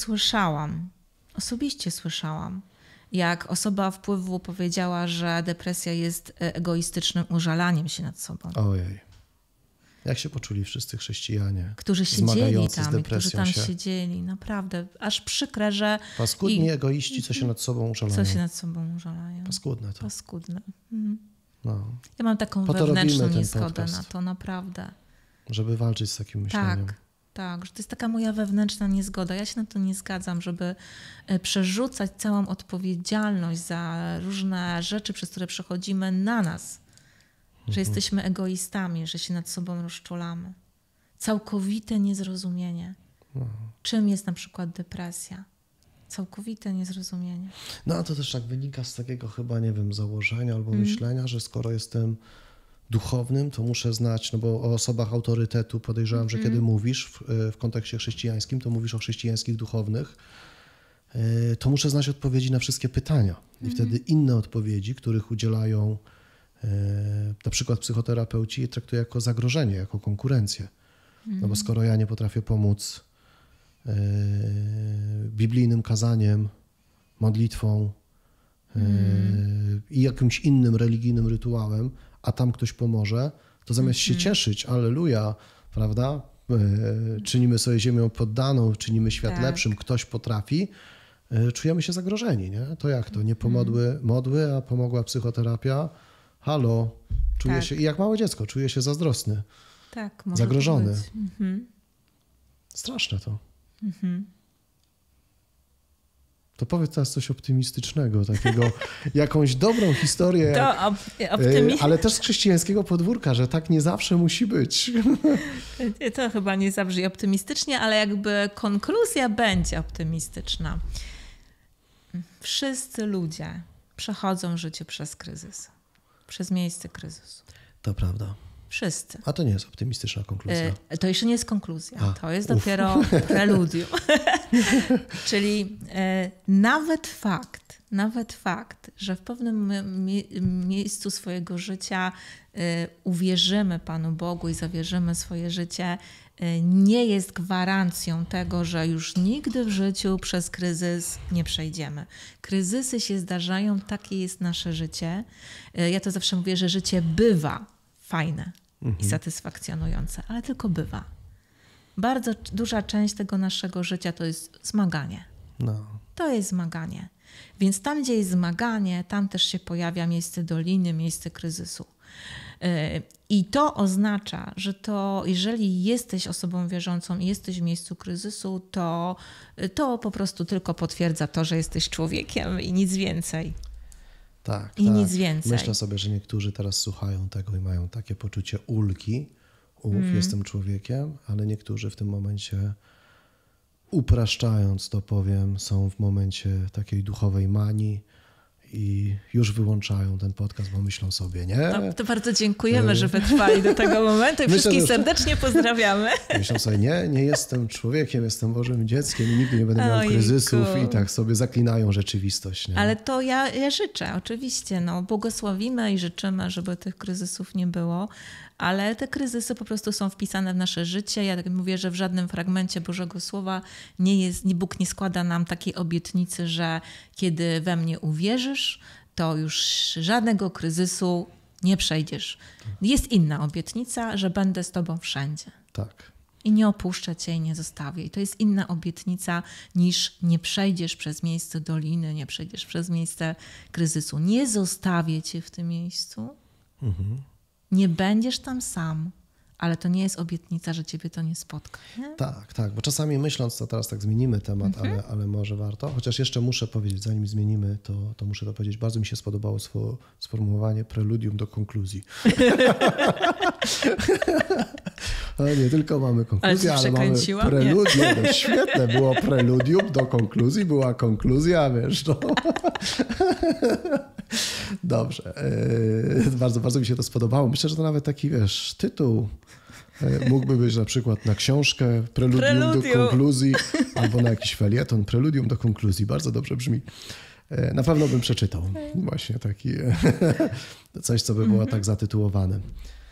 słyszałam, jak osoba wpływu powiedziała, że depresja jest egoistycznym użalaniem się nad sobą. Ojej. Jak się poczuli wszyscy chrześcijanie, którzy siedzieli tam, którzy tam siedzieli, naprawdę. Aż przykre, że... Paskudni egoiści, co się nad sobą użalają. Paskudne to. Paskudne. No. Ja mam taką wewnętrzną niezgodę na to, naprawdę. Żeby walczyć z takim myśleniem. Tak, że to jest taka moja wewnętrzna niezgoda. Ja się na to nie zgadzam, żeby przerzucać całą odpowiedzialność za różne rzeczy, przez które przechodzimy, na nas. Że jesteśmy egoistami, że się nad sobą rozczulamy. Całkowite niezrozumienie. Czym jest na przykład depresja? Całkowite niezrozumienie. No a to też tak wynika z takiego chyba, nie wiem, założenia albo myślenia, że skoro jestem duchownym, to muszę znać, no bo o osobach autorytetu podejrzewam, że kiedy mówisz w kontekście chrześcijańskim, to mówisz o chrześcijańskich duchownych, to muszę znać odpowiedzi na wszystkie pytania. I wtedy inne odpowiedzi, których udzielają na przykład psychoterapeuci, traktuję jako zagrożenie, jako konkurencję. No bo skoro ja nie potrafię pomóc biblijnym kazaniem, modlitwą i jakimś innym religijnym rytuałem, a tam ktoś pomoże, to zamiast się cieszyć, alleluja, prawda, czynimy sobie ziemią poddaną, czynimy świat lepszym, ktoś potrafi, czujemy się zagrożeni. Nie? To jak to? Nie pomogły modły, a pomogła psychoterapia? Halo, czuję się, i jak małe dziecko, czuję się zazdrosny, zagrożony. Straszne to. To powiedz teraz coś optymistycznego, takiego, jakąś dobrą historię, ale też z chrześcijańskiego podwórka, że tak nie zawsze musi być. To chyba nie zabrzmi optymistycznie, ale jakby konkluzja będzie optymistyczna. Wszyscy ludzie przechodzą w życiu przez kryzys, przez miejsce kryzysu. To prawda. Wszyscy. A to nie jest optymistyczna konkluzja. To jeszcze nie jest konkluzja. To jest dopiero preludium. Czyli nawet fakt, że w pewnym miejscu swojego życia uwierzymy Panu Bogu i zawierzymy swoje życie, nie jest gwarancją tego, że już nigdy w życiu przez kryzys nie przejdziemy. Kryzysy się zdarzają, takie jest nasze życie. Ja to zawsze mówię, że życie bywa fajne i satysfakcjonujące, ale tylko bywa. Bardzo duża część tego naszego życia to jest zmaganie. To jest zmaganie. Więc tam, gdzie jest zmaganie, tam też się pojawia miejsce doliny, miejsce kryzysu. I to oznacza, że to, jeżeli jesteś osobą wierzącą i jesteś w miejscu kryzysu, to po prostu tylko potwierdza to, że jesteś człowiekiem i nic więcej. Tak, nic więcej. Myślę sobie, że niektórzy teraz słuchają tego i mają takie poczucie ulgi. Jestem człowiekiem, ale niektórzy w tym momencie, upraszczając to powiem, są w momencie takiej duchowej manii i już wyłączają ten podcast, bo myślą sobie, nie? To bardzo dziękujemy, że wytrwali do tego momentu i wszystkich serdecznie pozdrawiamy. Myślą sobie, nie jestem człowiekiem, jestem Bożym dzieckiem i nigdy nie będę miał kryzysów i tak sobie zaklinają rzeczywistość. Nie? Ale to ja życzę, oczywiście, błogosławimy i życzymy, żeby tych kryzysów nie było, ale te kryzysy po prostu są wpisane w nasze życie. Ja tak mówię, że w żadnym fragmencie Bożego Słowa Bóg nie składa nam takiej obietnicy, że kiedy we mnie uwierzysz, to już żadnego kryzysu nie przejdziesz. Jest inna obietnica, że będę z tobą wszędzie. Tak. I nie opuszczę cię i nie zostawię. I to jest inna obietnica niż nie przejdziesz przez miejsce doliny, nie przejdziesz przez miejsce kryzysu. Nie zostawię cię w tym miejscu. Nie będziesz tam sam, ale to nie jest obietnica, że ciebie to nie spotka. Nie? Tak, bo czasami myśląc, to teraz tak zmienimy temat, ale może warto. Chociaż jeszcze muszę powiedzieć, zanim zmienimy, to muszę to powiedzieć. Bardzo mi się spodobało sformułowanie preludium do konkluzji. Nie tylko mamy konkluzję, ale mamy preludium. Świetne, było preludium do konkluzji, była konkluzja, wiesz, Dobrze. Bardzo, bardzo mi się to spodobało. Myślę, że to nawet taki, wiesz, tytuł mógłby być na przykład na książkę Preludium do konkluzji albo na jakiś felieton Preludium do konkluzji. Bardzo dobrze brzmi. Na pewno bym przeczytał właśnie taki coś, co by było tak zatytułowane.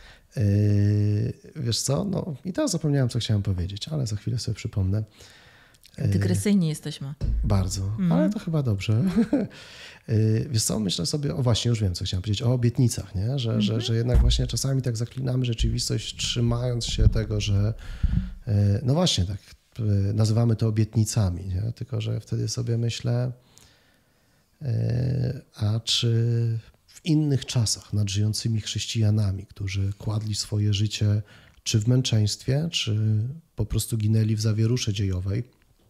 Wiesz co? I teraz zapomniałem, co chciałem powiedzieć, ale za chwilę sobie przypomnę. Dygresyjni jesteśmy. Bardzo, ale to chyba dobrze. Wiesz co, myślę sobie, właśnie już wiem, co chciałem powiedzieć, o obietnicach, nie? Że jednak właśnie czasami tak zaklinamy rzeczywistość, trzymając się tego, że no właśnie tak nazywamy to obietnicami, nie? Tylko że wtedy sobie myślę, a czy w innych czasach nad żyjącymi chrześcijanami, którzy kładli swoje życie czy w męczeństwie, czy po prostu ginęli w zawierusze dziejowej,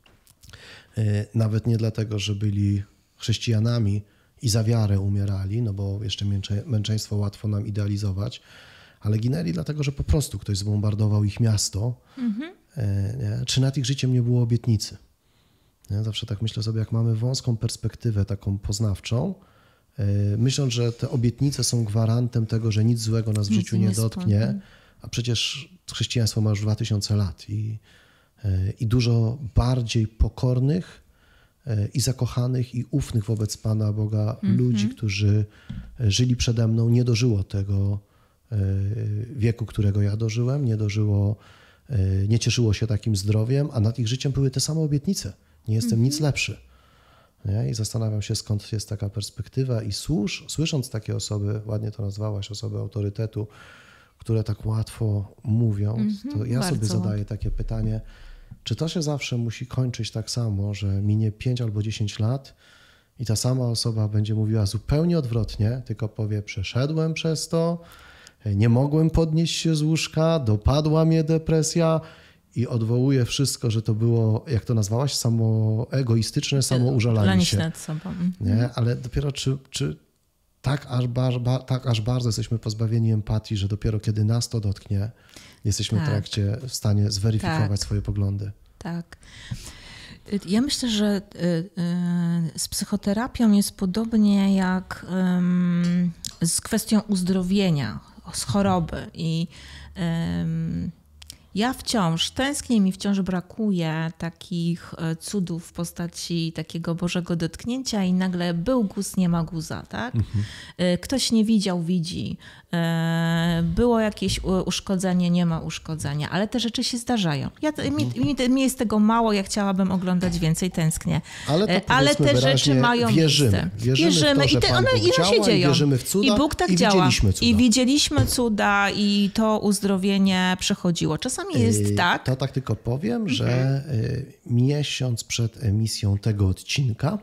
nawet nie dlatego, że byli chrześcijanami i za wiarę umierali, no bo jeszcze męczeństwo łatwo nam idealizować, ale ginęli dlatego, że po prostu ktoś zbombardował ich miasto, czy nad ich życiem nie było obietnicy. Nie? Zawsze tak myślę sobie, jak mamy wąską perspektywę taką poznawczą, myśląc, że te obietnice są gwarantem tego, że nic złego nas w życiu nie dotknie, a przecież chrześcijaństwo ma już 2000 lat i dużo bardziej pokornych i zakochanych i ufnych wobec Pana Boga ludzi, którzy żyli przede mną, nie dożyło tego wieku, którego ja dożyłem, nie cieszyło się takim zdrowiem, a nad ich życiem były te same obietnice. Nie jestem nic lepszy. Nie? I zastanawiam się, skąd jest taka perspektywa i słysząc takie osoby, ładnie to nazwałaś, osoby autorytetu, które tak łatwo mówią, to ja sobie zadaję takie pytanie, czy to się zawsze musi kończyć tak samo, że minie 5 albo 10 lat i ta sama osoba będzie mówiła zupełnie odwrotnie, tylko powie, przeszedłem przez to, nie mogłem podnieść się z łóżka, dopadła mnie depresja i odwołuje wszystko, że to było, jak to nazwałaś, egoistyczne samoużalanie się. Nad sobą. Nie? Ale dopiero czy tak aż bardzo jesteśmy pozbawieni empatii, że dopiero kiedy nas to dotknie, jesteśmy w stanie zweryfikować swoje poglądy. Tak. Ja myślę, że z psychoterapią jest podobnie jak z kwestią uzdrowienia, z choroby. I ja wciąż tęsknię, mi wciąż brakuje takich cudów w postaci takiego Bożego dotknięcia i nagle był guz, nie ma guza, tak? Ktoś nie widział, widzi. Było jakieś uszkodzenie, nie ma uszkodzenia, ale te rzeczy się zdarzają. Mi jest tego mało, ja chciałabym oglądać więcej, tęsknię. Ale te rzeczy mają miejsce. Wierzymy w to, że Pan Bóg działa, się dzieją. I wierzymy w cuda, i Bóg tak działa. I widzieliśmy cuda i to uzdrowienie przychodziło. Czasami jest tak. To tak tylko powiem, że miesiąc przed emisją tego odcinka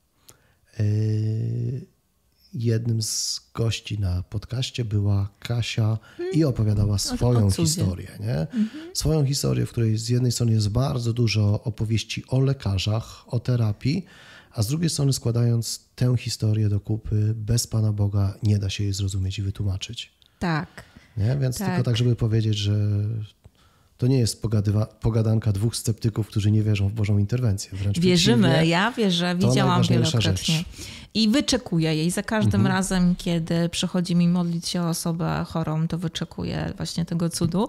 jednym z gości na podcaście była Kasia i opowiadała swoją historię. Nie? Swoją historię, w której z jednej strony jest bardzo dużo opowieści o lekarzach, o terapii, a z drugiej strony składając tę historię do kupy, bez Pana Boga nie da się jej zrozumieć i wytłumaczyć. Tak. Nie? Więc tylko tak, żeby powiedzieć, że to nie jest pogadanka dwóch sceptyków, którzy nie wierzą w Bożą interwencję. Wręcz wierzymy, ja wierzę, widziałam wielokrotnie. I wyczekuję jej. Za każdym razem, kiedy przychodzi mi modlić się o osobę chorą, to wyczekuję właśnie tego cudu.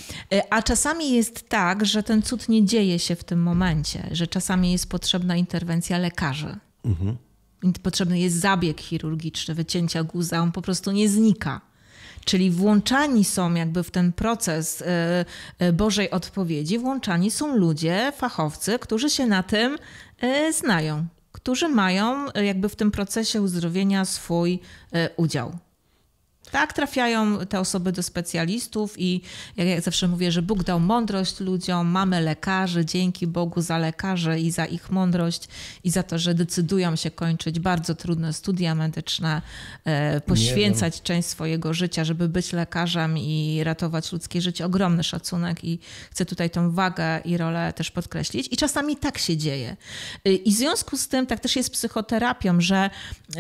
A czasami jest tak, że ten cud nie dzieje się w tym momencie, że czasami jest potrzebna interwencja lekarzy. Potrzebny jest zabieg chirurgiczny, wycięcia guza, on po prostu nie znika. Czyli włączani są jakby w ten proces Bożej odpowiedzi, włączani są ludzie, fachowcy, którzy się na tym znają, którzy mają jakby w tym procesie uzdrowienia swój udział. Tak trafiają te osoby do specjalistów i jak ja zawsze mówię, że Bóg dał mądrość ludziom, mamy lekarzy, dzięki Bogu za lekarzy i za ich mądrość i za to, że decydują się kończyć bardzo trudne studia medyczne, poświęcać część swojego życia, żeby być lekarzem i ratować ludzkie życie. Ogromny szacunek i chcę tutaj tą wagę i rolę też podkreślić. I czasami tak się dzieje. I w związku z tym tak też jest z psychoterapią, że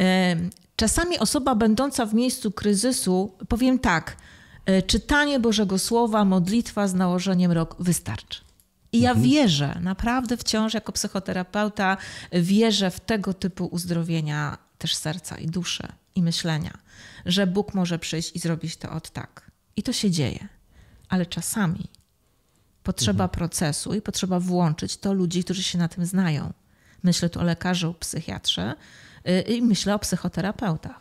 czasami osoba będąca w miejscu kryzysu, powiem tak, czytanie Bożego Słowa, modlitwa z nałożeniem rąk wystarczy. I ja wierzę, naprawdę wciąż jako psychoterapeuta wierzę w tego typu uzdrowienia też serca i duszy i myślenia, że Bóg może przyjść i zrobić to od tak. I to się dzieje. Ale czasami potrzeba procesu i potrzeba włączyć to ludzi, którzy się na tym znają. Myślę tu o lekarzu, psychiatrze, i myślę o psychoterapeutach.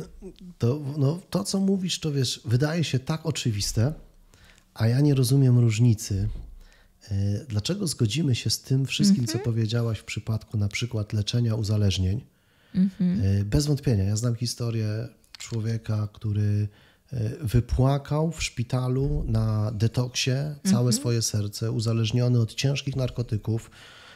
To, co mówisz, to wiesz, wydaje się tak oczywiste, a ja nie rozumiem różnicy. Dlaczego zgodzimy się z tym wszystkim, co powiedziałaś w przypadku na przykład leczenia uzależnień? Bez wątpienia. Ja znam historię człowieka, który wypłakał w szpitalu na detoksie całe swoje serce, uzależniony od ciężkich narkotyków,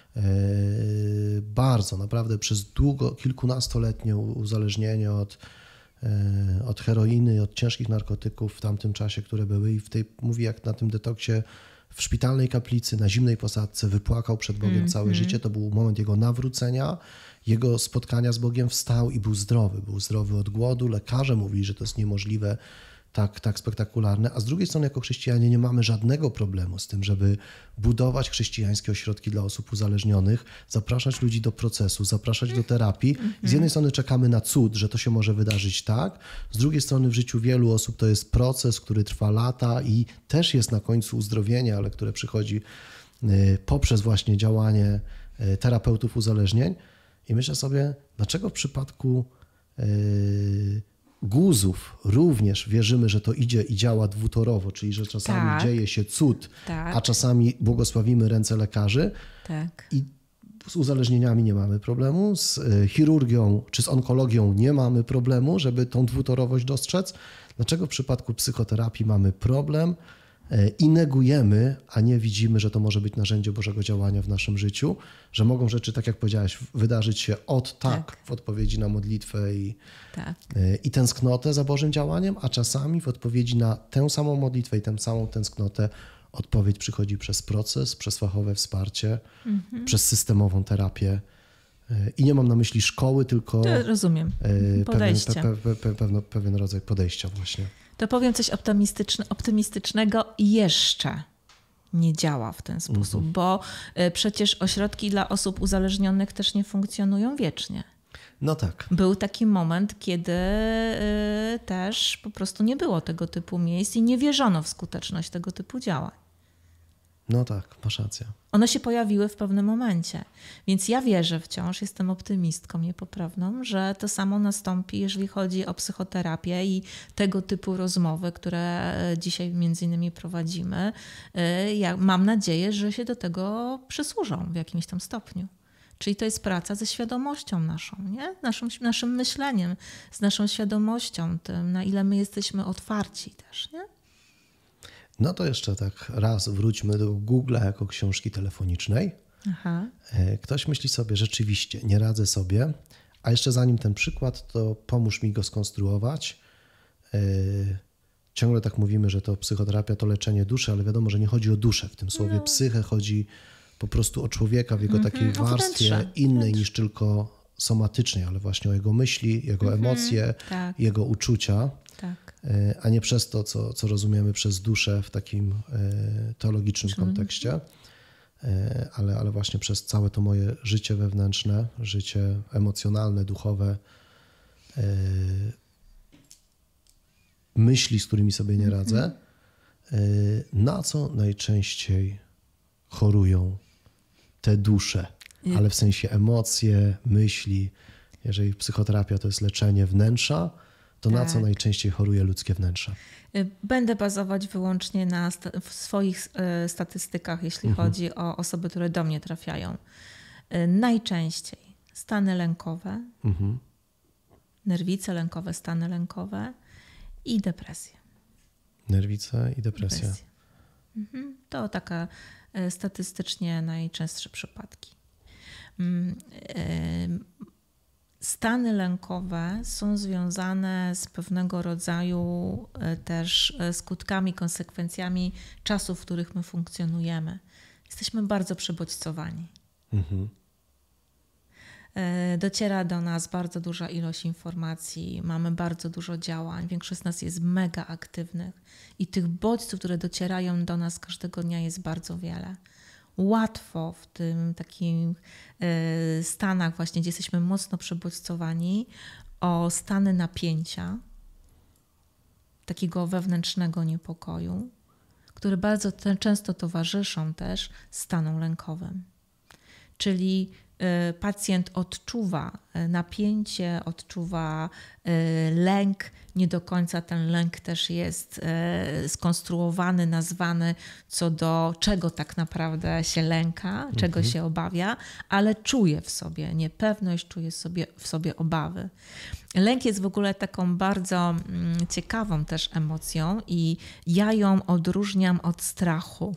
bardzo, naprawdę przez kilkunastoletnie uzależnienie od heroiny, od ciężkich narkotyków w tamtym czasie, które były i mówi, jak na tym detoksie w szpitalnej kaplicy, na zimnej posadzce wypłakał przed Bogiem całe życie. To był moment jego nawrócenia, jego spotkania z Bogiem, wstał i był zdrowy. Był zdrowy od głodu. Lekarze mówili, że to jest niemożliwe, tak spektakularne, a z drugiej strony jako chrześcijanie nie mamy żadnego problemu z tym, żeby budować chrześcijańskie ośrodki dla osób uzależnionych, zapraszać ludzi do procesu, zapraszać do terapii. I z jednej strony czekamy na cud, że to się może wydarzyć tak, z drugiej strony w życiu wielu osób to jest proces, który trwa lata i też jest na końcu uzdrowienie, ale które przychodzi poprzez właśnie działanie terapeutów uzależnień. I myślę sobie, dlaczego w przypadku guzów również wierzymy, że to idzie i działa dwutorowo, czyli że czasami dzieje się cud, a czasami błogosławimy ręce lekarzy. I z uzależnieniami nie mamy problemu, z chirurgią czy z onkologią nie mamy problemu, żeby tą dwutorowość dostrzec. Dlaczego w przypadku psychoterapii mamy problem i negujemy, a nie widzimy, że to może być narzędzie Bożego działania w naszym życiu, że mogą rzeczy, tak jak powiedziałaś, wydarzyć się tak w odpowiedzi na modlitwę i tęsknotę za Bożym działaniem, a czasami w odpowiedzi na tę samą modlitwę i tę samą tęsknotę odpowiedź przychodzi przez proces, przez fachowe wsparcie, przez systemową terapię. I nie mam na myśli szkoły, tylko rozumiem. pewien rodzaj podejścia właśnie. To powiem coś optymistycznego. Jeszcze nie działa w ten sposób, bo przecież ośrodki dla osób uzależnionych też nie funkcjonują wiecznie. No tak. Był taki moment, kiedy też po prostu nie było tego typu miejsc i nie wierzono w skuteczność tego typu działań. No tak, masz rację. One się pojawiły w pewnym momencie. Więc ja wierzę wciąż, jestem optymistką niepoprawną, że to samo nastąpi, jeżeli chodzi o psychoterapię i tego typu rozmowy, które dzisiaj między innymi prowadzimy. Ja mam nadzieję, że się do tego przysłużą w jakimś tam stopniu. Czyli to jest praca ze świadomością naszą, nie? Naszym myśleniem, z naszą świadomością, tym, na ile my jesteśmy otwarci też, nie? No to jeszcze tak raz wróćmy do Google'a jako książki telefonicznej. Aha. Ktoś myśli sobie, rzeczywiście nie radzę sobie, a jeszcze zanim ten przykład, to pomóż mi go skonstruować. Ciągle tak mówimy, że to psychoterapia to leczenie duszy, ale wiadomo, że nie chodzi o duszę. W tym słowie psychę chodzi po prostu o człowieka w jego takiej warstwie innej niż tylko somatycznej, ale właśnie o jego myśli, jego emocje, jego uczucia. Tak. A nie przez to, co rozumiemy przez duszę w takim teologicznym kontekście, ale właśnie przez całe to moje życie wewnętrzne, życie emocjonalne, duchowe, myśli, z którymi sobie nie radzę. Na co najczęściej chorują te dusze, ale w sensie emocje, myśli. Jeżeli psychoterapia to jest leczenie wnętrza, to na co najczęściej choruje ludzkie wnętrze? Będę bazować wyłącznie na swoich statystykach, jeśli chodzi o osoby, które do mnie trafiają. Najczęściej stany lękowe, nerwice lękowe, stany lękowe i depresje. Nerwice i depresja. To taka statystycznie najczęstsze przypadki. Stany lękowe są związane z pewnego rodzaju też skutkami, konsekwencjami czasów, w których my funkcjonujemy. Jesteśmy bardzo przebodźcowani. Dociera do nas bardzo duża ilość informacji, mamy bardzo dużo działań, większość z nas jest mega aktywnych i tych bodźców, które docierają do nas każdego dnia jest bardzo wiele. Łatwo w tym takim stanach właśnie, gdzie jesteśmy mocno przebodźcowani, o stany napięcia, takiego wewnętrznego niepokoju, które bardzo często towarzyszą też stanom lękowym. Czyli pacjent odczuwa napięcie, odczuwa lęk. Nie do końca ten lęk też jest skonstruowany, nazwany co do czego tak naprawdę się lęka, czego się obawia, ale czuje w sobie niepewność, czuje w sobie obawy. Lęk jest w ogóle taką bardzo ciekawą też emocją i ja ją odróżniam od strachu.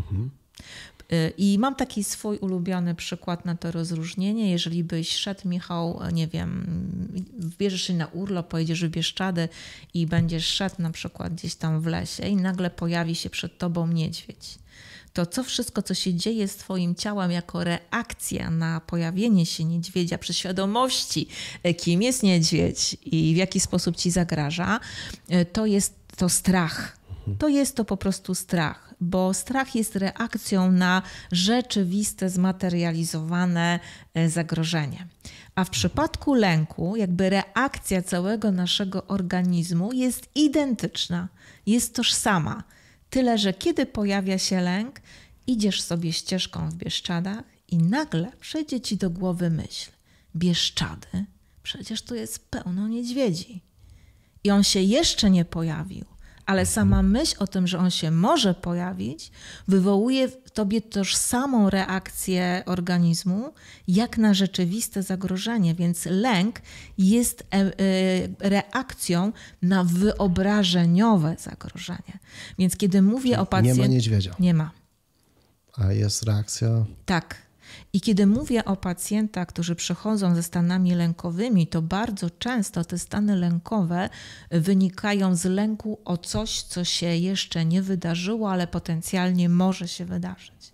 I mam taki swój ulubiony przykład na to rozróżnienie. Jeżeli byś szedł, Michał, nie wiem, wybierzesz się na urlop, pojedziesz w Bieszczady i będziesz szedł na przykład gdzieś tam w lesie i nagle pojawi się przed tobą niedźwiedź. To co wszystko, co się dzieje z twoim ciałem jako reakcja na pojawienie się niedźwiedzia przy świadomości, kim jest niedźwiedź i w jaki sposób ci zagraża, to jest to strach. To jest to po prostu strach, bo strach jest reakcją na rzeczywiste, zmaterializowane zagrożenie. A w przypadku lęku jakby reakcja całego naszego organizmu jest identyczna, jest tożsama. Tyle, że kiedy pojawia się lęk, idziesz sobie ścieżką w Bieszczadach i nagle przyjdzie ci do głowy myśl: Bieszczady, przecież tu jest pełno niedźwiedzi. I on się jeszcze nie pojawił, ale sama myśl o tym, że on się może pojawić, wywołuje w tobie tożsamą reakcję organizmu, jak na rzeczywiste zagrożenie. Więc lęk jest reakcją na wyobrażeniowe zagrożenie. Więc kiedy mówię o pacjencie... Nie ma niedźwiedzia. Nie ma. A jest reakcja? Tak. I kiedy mówię o pacjentach, którzy przychodzą ze stanami lękowymi, to bardzo często te stany lękowe wynikają z lęku o coś, co się jeszcze nie wydarzyło, ale potencjalnie może się wydarzyć.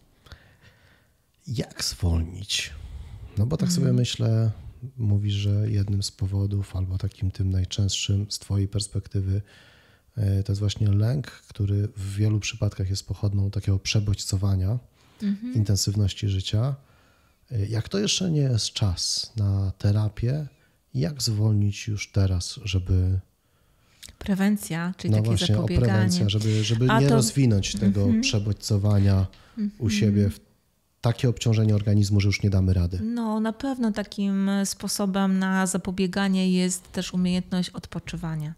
Jak zwolnić? No bo tak sobie myślę, mówisz, że jednym z powodów, albo takim tym najczęstszym z twojej perspektywy, to jest właśnie lęk, który w wielu przypadkach jest pochodną takiego przebodźcowania, intensywności życia. Jak to jeszcze nie jest czas na terapię, jak zwolnić już teraz, żeby... Prewencja, czyli no takie właśnie, zapobieganie. o prewencję, żeby nie rozwinąć tego przebodźcowania u siebie w takie obciążenie organizmu, że już nie damy rady. No, na pewno takim sposobem na zapobieganie jest też umiejętność odpoczywania.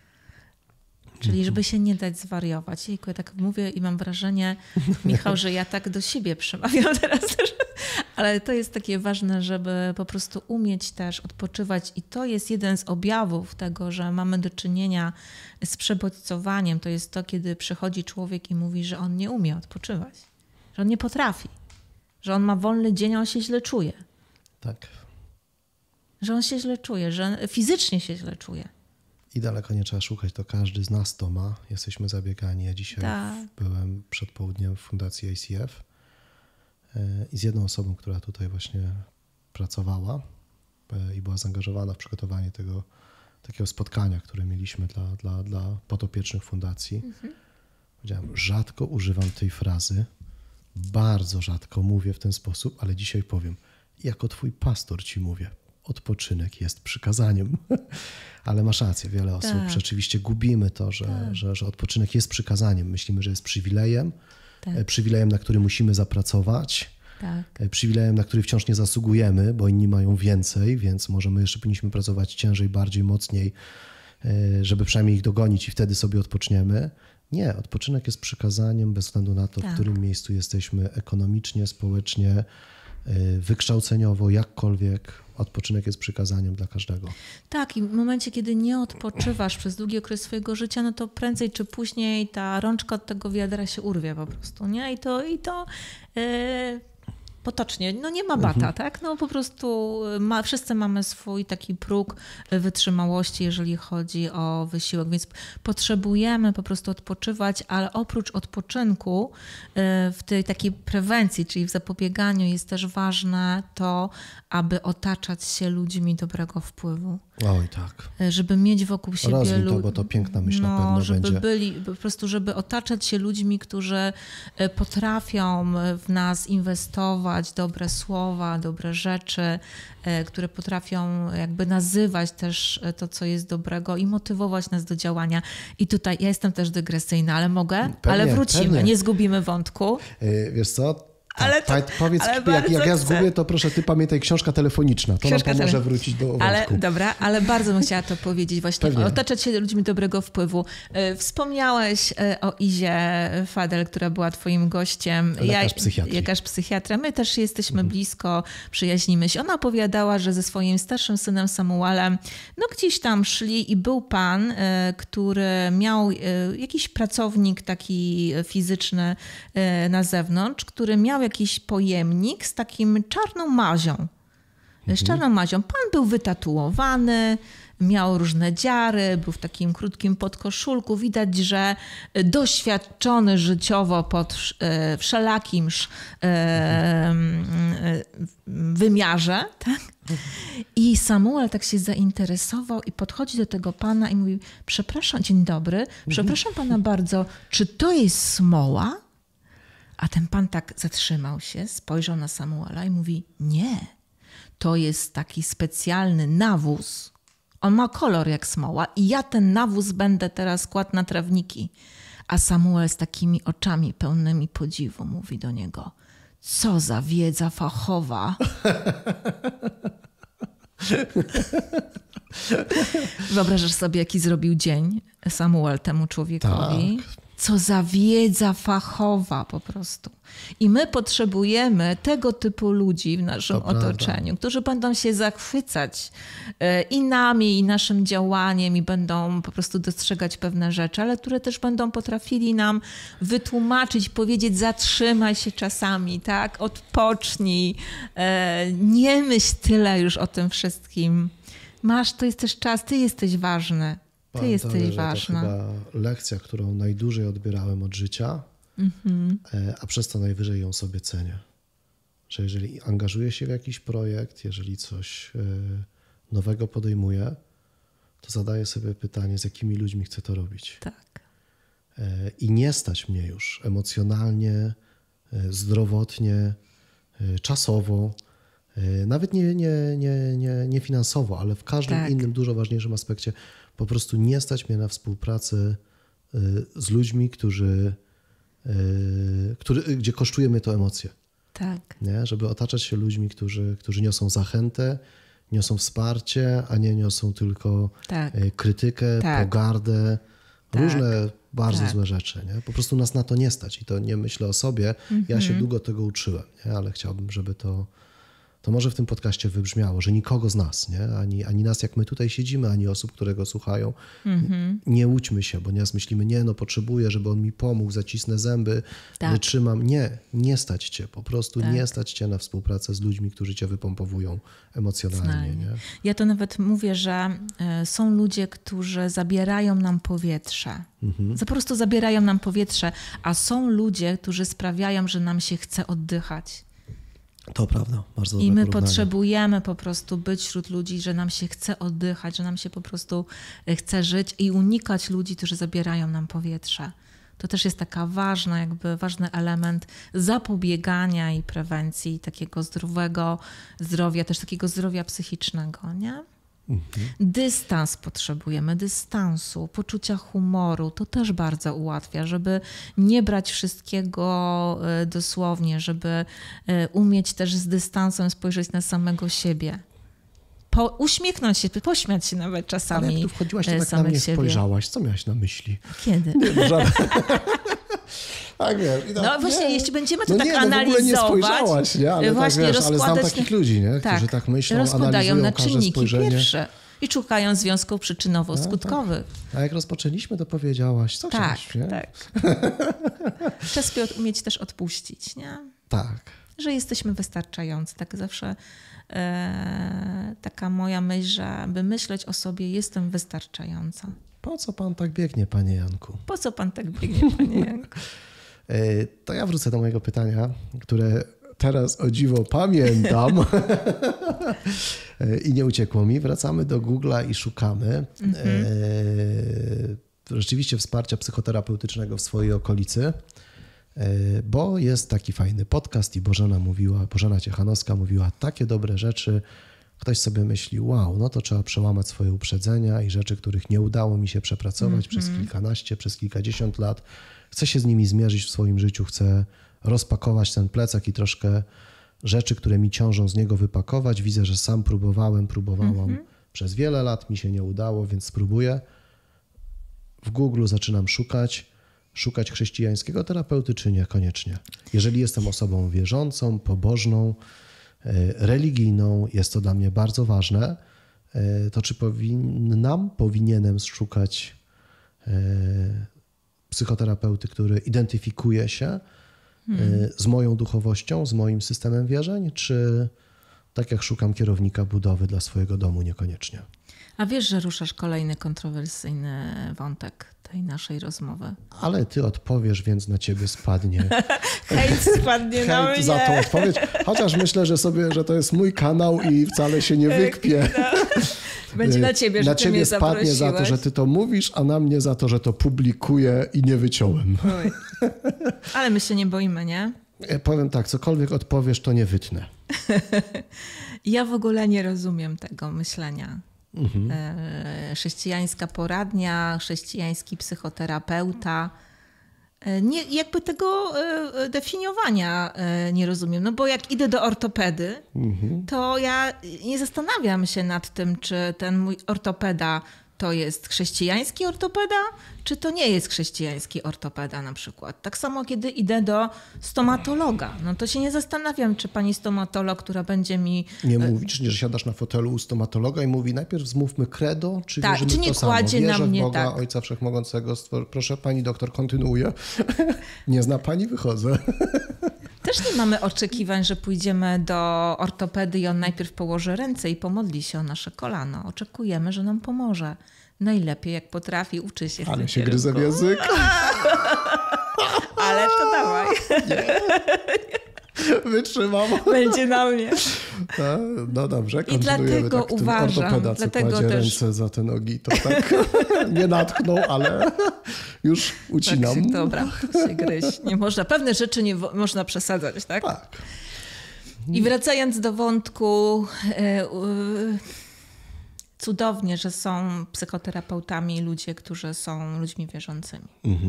Czyli żeby się nie dać zwariować. Jejku, ja tak mówię i mam wrażenie, Michał, że ja tak do siebie przemawiam teraz też. Ale to jest takie ważne, żeby po prostu umieć też odpoczywać. I to jest jeden z objawów tego, że mamy do czynienia z przebodźcowaniem. To jest to, kiedy przychodzi człowiek i mówi, że on nie umie odpoczywać. Że on nie potrafi. Że on ma wolny dzień, a on się źle czuje. Tak. Że on się źle czuje, że fizycznie się źle czuje. I daleko nie trzeba szukać, to każdy z nas to ma. Jesteśmy zabiegani. Ja dzisiaj byłem przed południem w Fundacji ICF i z jedną osobą, która tutaj właśnie pracowała i była zaangażowana w przygotowanie tego takiego spotkania, które mieliśmy dla podopiecznych fundacji. Powiedziałem, rzadko używam tej frazy, bardzo rzadko mówię w ten sposób, ale dzisiaj powiem, jako twój pastor ci mówię, odpoczynek jest przykazaniem. Ale masz rację, wiele osób rzeczywiście gubimy to, że odpoczynek jest przykazaniem. Myślimy, że jest przywilejem, przywilejem, na który musimy zapracować, przywilejem, na który wciąż nie zasługujemy, bo inni mają więcej, więc może my jeszcze powinniśmy pracować ciężej, bardziej, mocniej, żeby przynajmniej ich dogonić i wtedy sobie odpoczniemy. Nie, odpoczynek jest przykazaniem bez względu na to, w którym miejscu jesteśmy ekonomicznie, społecznie, wykształceniowo, jakkolwiek. Odpoczynek jest przykazaniem dla każdego. Tak, i w momencie, kiedy nie odpoczywasz przez długi okres swojego życia, no to prędzej czy później ta rączka od tego wiadra się urwie po prostu, nie? I to potocznie, no nie ma bata, tak? No po prostu wszyscy mamy swój taki próg wytrzymałości, jeżeli chodzi o wysiłek, więc potrzebujemy po prostu odpoczywać, ale oprócz odpoczynku w tej takiej prewencji, czyli w zapobieganiu jest też ważne to, aby otaczać się ludźmi dobrego wpływu. Oj, tak. Żeby mieć wokół siebie ludzi. To, bo to piękna myśl na pewno żeby będzie. Po prostu, żeby otaczać się ludźmi, którzy potrafią w nas inwestować dobre słowa, dobre rzeczy, które potrafią jakby nazywać też to, co jest dobrego i motywować nas do działania. I tutaj ja jestem też dygresyjna, ale mogę? Ale wrócimy, nie zgubimy wątku. Wiesz co? Powiedz, jak ja zgubię, to proszę, ty pamiętaj, książka telefoniczna. To nam pomoże wrócić do wątku. Dobra, ale bardzo bym chciała to powiedzieć właśnie. Otaczać się ludźmi dobrego wpływu. Wspomniałeś o Izie Fadel, która była twoim gościem. Lekarz psychiatra. My też jesteśmy blisko, przyjaźnimy się. Ona opowiadała, że ze swoim starszym synem Samuelem gdzieś tam szli i był pan, który miał jakiś pracownik taki fizyczny na zewnątrz, który miał jakiś pojemnik z takim czarną mazią. Z czarną mazią. Pan był wytatuowany, miał różne dziary, był w takim krótkim podkoszulku. Widać, że doświadczony życiowo pod wszelakim wymiarze. Tak? I Samuel tak się zainteresował i podchodzi do tego pana i mówi, przepraszam, dzień dobry, przepraszam pana bardzo, czy to jest smoła? A ten pan tak zatrzymał się, spojrzał na Samuela i mówi, nie, to jest taki specjalny nawóz. On ma kolor jak smoła i ja ten nawóz będę teraz kładł na trawniki. A Samuel z takimi oczami pełnymi podziwu mówi do niego, co za wiedza fachowa. Wyobrażasz sobie, jaki zrobił dzień Samuel temu człowiekowi? Tak. Co za wiedza fachowa po prostu. I my potrzebujemy tego typu ludzi w naszym otoczeniu, którzy będą się zachwycać i nami, i naszym działaniem, i będą po prostu dostrzegać pewne rzeczy, ale które też będą potrafili nam wytłumaczyć, powiedzieć: zatrzymaj się czasami, tak? Odpocznij, nie myśl tyle już o tym wszystkim. To jest też czas, ty jesteś ważny. Ty jesteś ważna. To chyba lekcja, którą najdłużej odbierałem od życia, a przez to najwyżej ją sobie cenię. Że jeżeli angażuję się w jakiś projekt, jeżeli coś nowego podejmuję, to zadaję sobie pytanie, z jakimi ludźmi chcę to robić. Tak. I nie stać mnie już emocjonalnie, zdrowotnie, czasowo, nawet nie finansowo, ale w każdym innym, dużo ważniejszym aspekcie. Po prostu nie stać mnie na współpracę z ludźmi, gdzie kosztuje mnie to emocje. Tak. Nie? Żeby otaczać się ludźmi, którzy niosą zachętę, niosą wsparcie, a nie niosą tylko krytykę, pogardę, różne bardzo złe rzeczy. Nie? Po prostu nas na to nie stać i to nie myślę o sobie. Ja się długo tego uczyłem, nie? Ale chciałbym, żeby to może w tym podcaście wybrzmiało, że nikogo z nas, nie? Ani nas, jak my tutaj siedzimy, ani osób, które go słuchają, nie łudźmy się, bo nieraz myślimy, potrzebuję, żeby on mi pomógł, zacisnę zęby, wytrzymam. Nie stać cię, po prostu nie stać cię na współpracę z ludźmi, którzy cię wypompowują emocjonalnie. Nie? Ja to nawet mówię, że są ludzie, którzy zabierają nam powietrze. Po prostu zabierają nam powietrze, a są ludzie, którzy sprawiają, że nam się chce oddychać. To prawda, bardzo dobre I my porównanie. potrzebujemy po prostu być wśród ludzi, że nam się chce oddychać, że nam się po prostu chce żyć i unikać ludzi, którzy zabierają nam powietrze. To też jest taka ważny element zapobiegania i prewencji takiego zdrowego zdrowia, też takiego zdrowia psychicznego, nie? Dystans potrzebujemy, dystansu, poczucia humoru. To też bardzo ułatwia, żeby nie brać wszystkiego dosłownie, żeby umieć też z dystansem spojrzeć na samego siebie. Uśmiechnąć się, pośmiać się nawet czasami. Ale jak tu wchodziłaś, to tak na mnie spojrzałaś. Co miałaś na myśli? Kiedy? Tak, wiem. Właśnie, jeśli będziemy to analizować, w ogóle nie spojrzałaś, nie? Ale właśnie ale znam takich ludzi, nie? Którzy tak myślą, rozkładają na każde czynniki spojrzenie. pierwsze i szukają związków przyczynowo-skutkowych. A jak rozpoczęliśmy, to powiedziałaś, co chciałaś, nie? Tak. Czas umieć też odpuścić, nie? Tak. Że jesteśmy wystarczający. Tak zawsze taka moja myśl, żeby myśleć o sobie, jestem wystarczająca. Po co pan tak biegnie, panie Janku? Po co pan tak biegnie, panie Janku? To ja wrócę do mojego pytania, które teraz o dziwo pamiętam i nie uciekło mi. Wracamy do Google'a i szukamy rzeczywiście wsparcia psychoterapeutycznego w swojej okolicy, bo jest taki fajny podcast i Bożena Ciechanowska mówiła takie dobre rzeczy. Ktoś sobie myśli, wow, no to trzeba przełamać swoje uprzedzenia i rzeczy, których nie udało mi się przepracować przez kilkanaście, przez kilkadziesiąt lat. Chcę się z nimi zmierzyć w swoim życiu, chcę rozpakować ten plecak i troszkę rzeczy, które mi ciążą, z niego wypakować. Widzę, że sam próbowałam przez wiele lat, mi się nie udało, więc spróbuję. W Google zaczynam szukać chrześcijańskiego terapeuty, czy niekoniecznie. Jeżeli jestem osobą wierzącą, pobożną, religijną, jest to dla mnie bardzo ważne, to czy powinienem szukać psychoterapeuty, który identyfikuje się z moją duchowością, z moim systemem wierzeń, czy tak jak szukam kierownika budowy dla swojego domu, niekoniecznie? A wiesz, że ruszasz kolejny kontrowersyjny wątek tej naszej rozmowy. Ale ty odpowiesz, więc na ciebie spadnie. Hejt spadnie na mnie. Za tą odpowiedź. Chociaż myślę, że to jest mój kanał i wcale się nie wykpię. Będzie na ciebie, że na ty ciebie mnie spadnie zaprosiłeś. za to, że ty to mówisz, a na mnie za to, że to publikuję i nie wyciąłem. Ale my się nie boimy, nie? Powiem tak, cokolwiek odpowiesz, to nie wytnę. Ja w ogóle nie rozumiem tego myślenia. Chrześcijańska poradnia, chrześcijański psychoterapeuta. Jakby tego definiowania nie rozumiem. No bo jak idę do ortopedy, to ja nie zastanawiam się nad tym, czy ten mój ortopeda to jest chrześcijański ortopeda, czy to nie jest chrześcijański ortopeda na przykład. Tak samo, kiedy idę do stomatologa, no to się nie zastanawiam, czy pani stomatolog, która będzie mi... Nie mówisz, że siadasz na fotelu u stomatologa i mówi najpierw zmówmy credo, czy tak, wierzymy czy nie w to samo. kładzie Wierzę na mnie, w Boga, tak. Ojca Wszechmogącego. Proszę, pani doktor, kontynuuje. Nie zna pani? Wychodzę. Też nie mamy oczekiwań, że pójdziemy do ortopedy i on najpierw położy ręce i pomodli się o nasze kolano. Oczekujemy, że nam pomoże. Najlepiej jak potrafi, uczy się. Ale się gryzę w język. Ale to dawaj. Wytrzymam. Będzie na mnie. No dobrze, I dlatego tak, uważam, ortopeda, co kładzie ręce za te nogi, to tak nie natknął, ale już ucinam. Tak, dobra, to się gryź. Nie można, pewne rzeczy nie można przesadzać, tak? Tak. I wracając do wątku, cudownie, że są psychoterapeutami ludzie, którzy są ludźmi wierzącymi.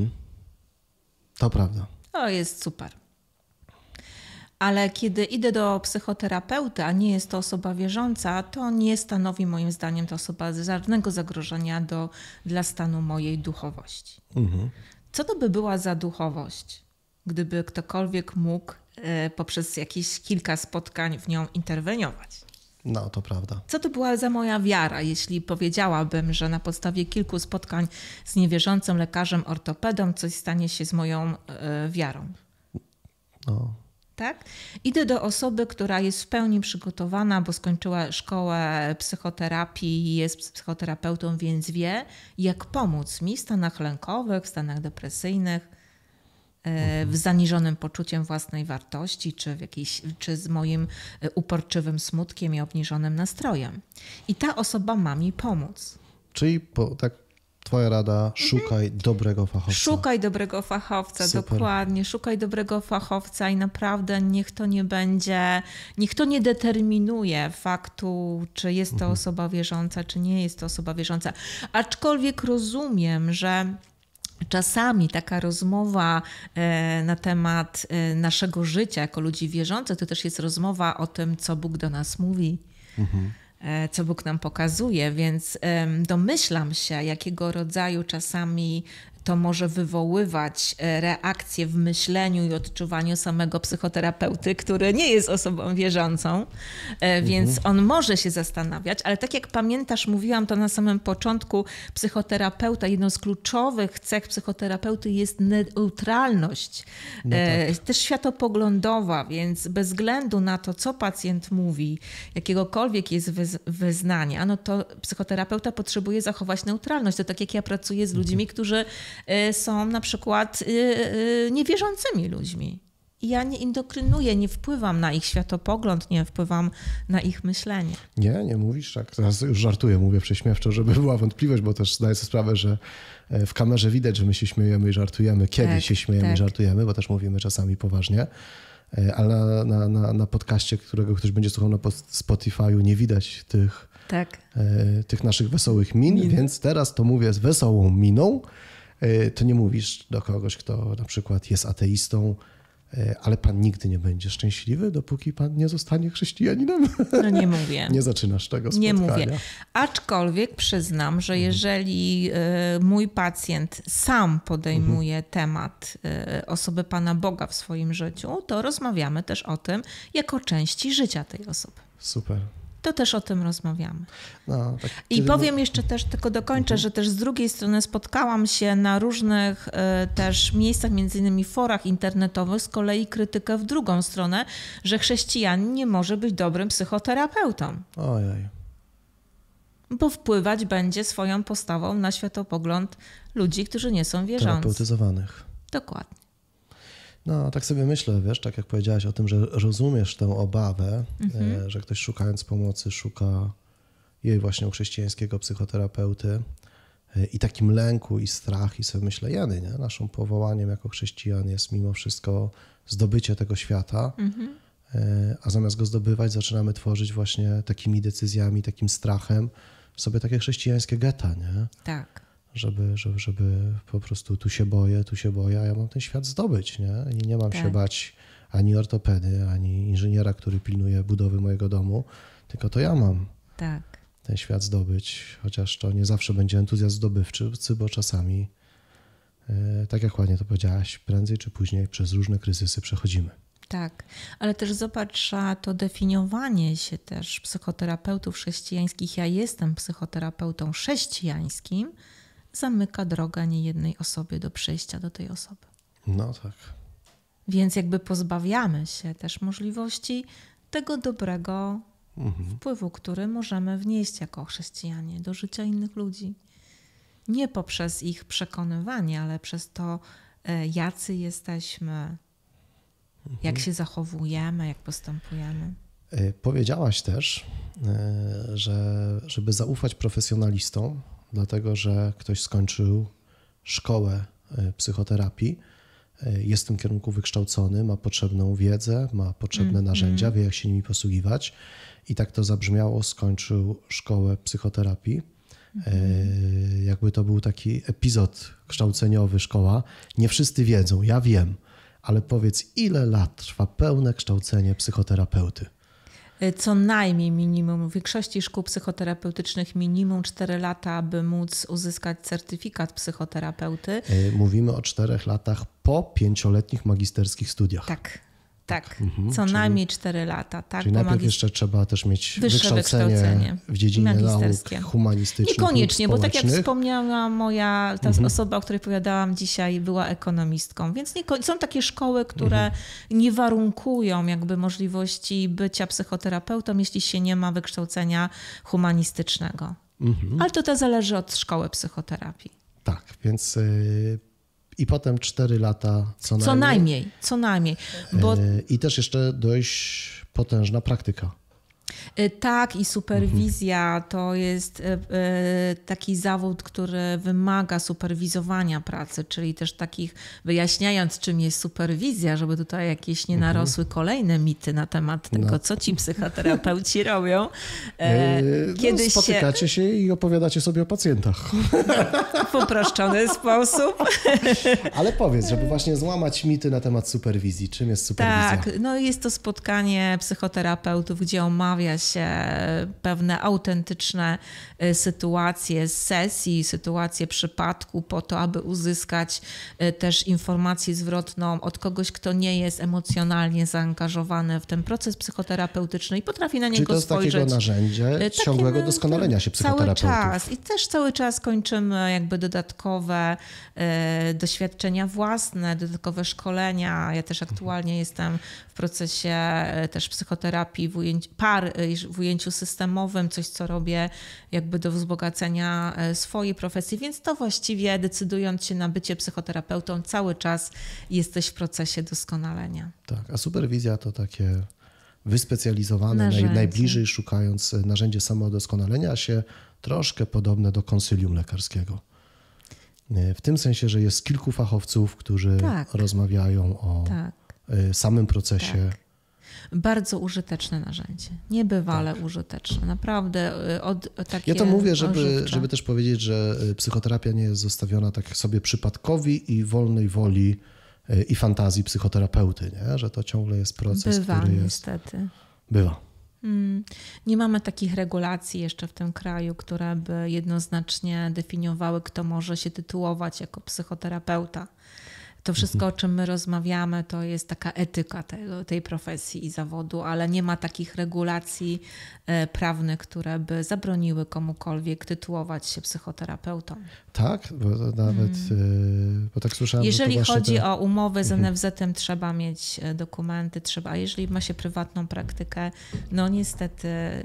To prawda. To jest super. Ale kiedy idę do psychoterapeuty, a nie jest to osoba wierząca, to nie stanowi moim zdaniem ta osoba żadnego zagrożenia dla stanu mojej duchowości. Co to by była za duchowość, gdyby ktokolwiek mógł poprzez jakieś kilka spotkań w nią interweniować? No, to prawda. Co to była za moja wiara, jeśli powiedziałabym, że na podstawie kilku spotkań z niewierzącym lekarzem ortopedą coś stanie się z moją wiarą? No. Tak? Idę do osoby, która jest w pełni przygotowana, bo skończyła szkołę psychoterapii i jest psychoterapeutą, więc wie, jak pomóc mi w stanach lękowych, w stanach depresyjnych, w zaniżonym poczuciem własnej wartości, czy z moim uporczywym smutkiem i obniżonym nastrojem. I ta osoba ma mi pomóc. Czyli tak twoja rada, szukaj dobrego fachowca. Szukaj dobrego fachowca, Super. dokładnie. Szukaj dobrego fachowca i naprawdę niech to nie determinuje faktu, czy jest to osoba wierząca, czy nie jest to osoba wierząca. Aczkolwiek rozumiem, że czasami taka rozmowa na temat naszego życia jako ludzi wierzących, to też jest rozmowa o tym, co Bóg do nas mówi. Co Bóg nam pokazuje, więc domyślam się, jakiego rodzaju czasami to może wywoływać reakcje w myśleniu i odczuwaniu samego psychoterapeuty, który nie jest osobą wierzącą, więc on może się zastanawiać, ale tak jak pamiętasz, mówiłam to na samym początku, psychoterapeuta, jedną z kluczowych cech psychoterapeuty jest neutralność, no tak. Też światopoglądowa, więc bez względu na to, co pacjent mówi, jakiegokolwiek jest wyznania, no to psychoterapeuta potrzebuje zachować neutralność. To tak jak ja pracuję z ludźmi, którzy są na przykład niewierzącymi ludźmi. I ja nie indoktrynuję, nie wpływam na ich światopogląd, nie wpływam na ich myślenie. Nie mówisz tak. Teraz już żartuję, mówię prześmiewczo, żeby była wątpliwość, bo też zdaję sobie sprawę, że w kamerze widać, że my się śmiejemy i żartujemy. Kiedy się śmiejemy i żartujemy, bo też mówimy czasami poważnie. Ale na podcaście, którego ktoś będzie słuchał na Spotify'u, nie widać tych naszych wesołych min, więc teraz to mówię z wesołą miną. To nie mówisz do kogoś, kto na przykład jest ateistą, ale pan nigdy nie będzie szczęśliwy, dopóki pan nie zostanie chrześcijaninem. No nie mówię. Nie zaczynasz tego spotkania. Nie mówię. Aczkolwiek przyznam, że jeżeli mój pacjent sam podejmuje temat osoby Pana Boga w swoim życiu, to rozmawiamy też o tym jako części życia tej osoby. Super. To też o tym rozmawiamy. No, tak, I powiem jeszcze też, tylko dokończę, że też z drugiej strony spotkałam się na różnych też miejscach, między innymi forach internetowych, z kolei krytykę w drugą stronę, że chrześcijanin nie może być dobrym psychoterapeutą. Ojej. Bo wpływać będzie swoją postawą na światopogląd ludzi, którzy nie są wierzący. Terapeutyzowanych. Dokładnie. No, tak sobie myślę, wiesz, tak jak powiedziałaś o tym, że rozumiesz tę obawę, że ktoś szukając pomocy szuka jej właśnie u chrześcijańskiego psychoterapeuty i takim lęku i strach i sobie myślę, Jany, nie? Naszym powołaniem jako chrześcijan jest mimo wszystko zdobycie tego świata, a zamiast go zdobywać zaczynamy tworzyć właśnie takimi decyzjami, takim strachem sobie takie chrześcijańskie getta, nie? Tak. żeby po prostu tu się boję, a ja mam ten świat zdobyć, nie? I nie mam się bać ani ortopedy, ani inżyniera, który pilnuje budowy mojego domu, tylko to ja mam ten świat zdobyć, chociaż to nie zawsze będzie entuzjazm zdobywczy, bo czasami, tak jak ładnie to powiedziałaś, prędzej czy później przez różne kryzysy przechodzimy. Tak, ale też zobacz, to definiowanie się też psychoterapeutów chrześcijańskich, ja jestem psychoterapeutą chrześcijańskim, zamyka drogę niejednej osobie do przejścia do tej osoby. No tak. Więc jakby pozbawiamy się też możliwości tego dobrego wpływu, który możemy wnieść jako chrześcijanie do życia innych ludzi. Nie poprzez ich przekonywanie, ale przez to, jacy jesteśmy, jak się zachowujemy, jak postępujemy. Powiedziałaś też, że żeby zaufać profesjonalistom, dlatego że ktoś skończył szkołę psychoterapii, jest w tym kierunku wykształcony, ma potrzebną wiedzę, ma potrzebne narzędzia, wie jak się nimi posługiwać. I tak to zabrzmiało, skończył szkołę psychoterapii. Jakby to był taki epizod kształceniowy, szkoła. Nie wszyscy wiedzą, ja wiem, ale powiedz, ile lat trwa pełne kształcenie psychoterapeuty? Co najmniej minimum, w większości szkół psychoterapeutycznych minimum 4 lata, aby móc uzyskać certyfikat psychoterapeuty. Mówimy o 4 latach po 5-letnich magisterskich studiach. Tak. Co najmniej 4 lata. Tak? Czyli najpierw jeszcze trzeba też mieć wykształcenie w dziedzinie nauk humanistycznych. Niekoniecznie, bo tak jak wspomniała ta osoba, o której opowiadałam dzisiaj, była ekonomistką. Więc są takie szkoły, które nie warunkują jakby możliwości bycia psychoterapeutą, jeśli się nie ma wykształcenia humanistycznego. Ale to zależy od szkoły psychoterapii. Tak, więc... I potem 4 lata co najmniej. Bo... I też jeszcze dość potężna praktyka. Tak, i superwizja to jest taki zawód, który wymaga superwizowania pracy, czyli też takich, wyjaśniając, czym jest superwizja, żeby tutaj jakieś nie narosły kolejne mity na temat tego, co ci psychoterapeuci robią. Kiedy spotykacie się i opowiadacie sobie o pacjentach. W uproszczony sposób. Ale powiedz, żeby właśnie złamać mity na temat superwizji. Czym jest superwizja? Tak, jest to spotkanie psychoterapeutów, gdzie omawia się pewne autentyczne sytuacje z sesji, sytuacje przypadku po to, aby uzyskać też informację zwrotną od kogoś, kto nie jest emocjonalnie zaangażowany w ten proces psychoterapeutyczny i potrafi na niego spojrzeć. To jest takiego narzędzie ciągłego doskonalenia się psychoterapeutów. Cały czas. I też cały czas kończymy jakby dodatkowe doświadczenia własne, dodatkowe szkolenia. Ja też aktualnie jestem w procesie też psychoterapii w ujęciu systemowym, coś co robię jakby do wzbogacenia swojej profesji, więc to właściwie decydując się na bycie psychoterapeutą cały czas jesteś w procesie doskonalenia. Tak, a superwizja to takie wyspecjalizowane, najbliżej szukając narzędzie samodoskonalenia się, troszkę podobne do konsylium lekarskiego. W tym sensie, że jest kilku fachowców, którzy rozmawiają o samym procesie. Tak. Bardzo użyteczne narzędzie. Niebywale użyteczne. Naprawdę takie. Ja to mówię, żeby też powiedzieć, że psychoterapia nie jest zostawiona tak sobie przypadkowi i wolnej woli i fantazji psychoterapeuty, nie? Że to ciągle jest proces, który jest... niestety. Bywa. Nie mamy takich regulacji jeszcze w tym kraju, które by jednoznacznie definiowały, kto może się tytułować jako psychoterapeuta. To wszystko, o czym my rozmawiamy, to jest taka etyka tej profesji i zawodu, ale nie ma takich regulacji prawnych, które by zabroniły komukolwiek tytułować się psychoterapeutą. Tak? Bo nawet, bo tak słyszałem, jeżeli że to chodzi o umowy z NFZ-em, trzeba mieć dokumenty, a jeżeli ma się prywatną praktykę, no niestety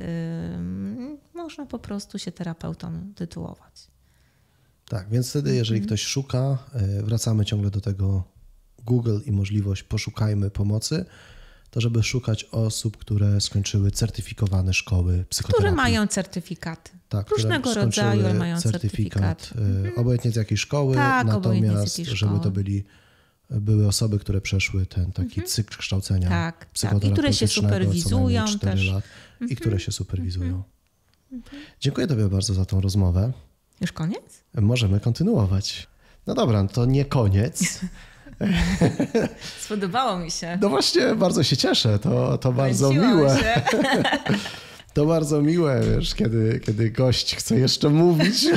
można po prostu się terapeutą tytułować. Tak, więc wtedy, jeżeli ktoś szuka, wracamy ciągle do tego Google i możliwość poszukajmy pomocy, to żeby szukać osób, które skończyły certyfikowane szkoły psychoterapii. Które mają certyfikaty. Tak, różnego rodzaju, ale mają certyfikat. Obojętnie z jakiej szkoły, natomiast żeby to były osoby, które przeszły ten taki cykl kształcenia psychoterapeutycznego, i które się superwizują 4 lat i które się superwizują. Dziękuję Tobie bardzo za tą rozmowę. Już koniec? Możemy kontynuować. No dobra, no to nie koniec. Spodobało mi się. No właśnie, bardzo się cieszę. To bardzo miłe. Się. To bardzo miłe, wiesz, kiedy gość chce jeszcze mówić.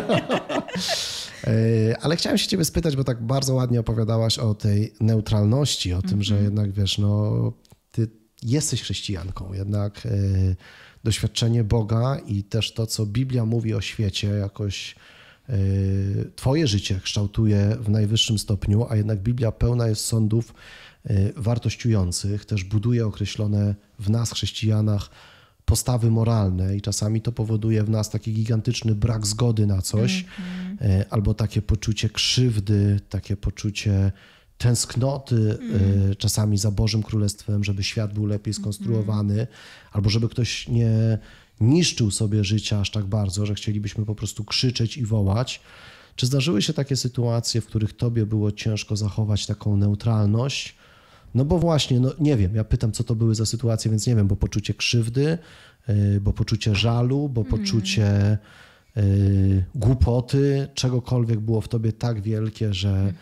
Ale chciałem się ciebie spytać, bo tak bardzo ładnie opowiadałaś o tej neutralności, o tym, że jednak, wiesz, no, ty jesteś chrześcijanką, jednak doświadczenie Boga i też to, co Biblia mówi o świecie, jakoś twoje życie kształtuje w najwyższym stopniu, a jednak Biblia pełna jest sądów wartościujących, też buduje określone w nas, chrześcijanach, postawy moralne i czasami to powoduje w nas taki gigantyczny brak zgody na coś, albo takie poczucie krzywdy, takie poczucie tęsknoty czasami za Bożym Królestwem, żeby świat był lepiej skonstruowany, albo żeby ktoś nie niszczył sobie życia aż tak bardzo, że chcielibyśmy po prostu krzyczeć i wołać. Czy zdarzyły się takie sytuacje, w których tobie było ciężko zachować taką neutralność? No bo właśnie, no nie wiem, ja pytam, co to były za sytuacje, więc nie wiem, bo poczucie krzywdy, bo poczucie żalu, bo poczucie głupoty, czegokolwiek było w tobie tak wielkie, że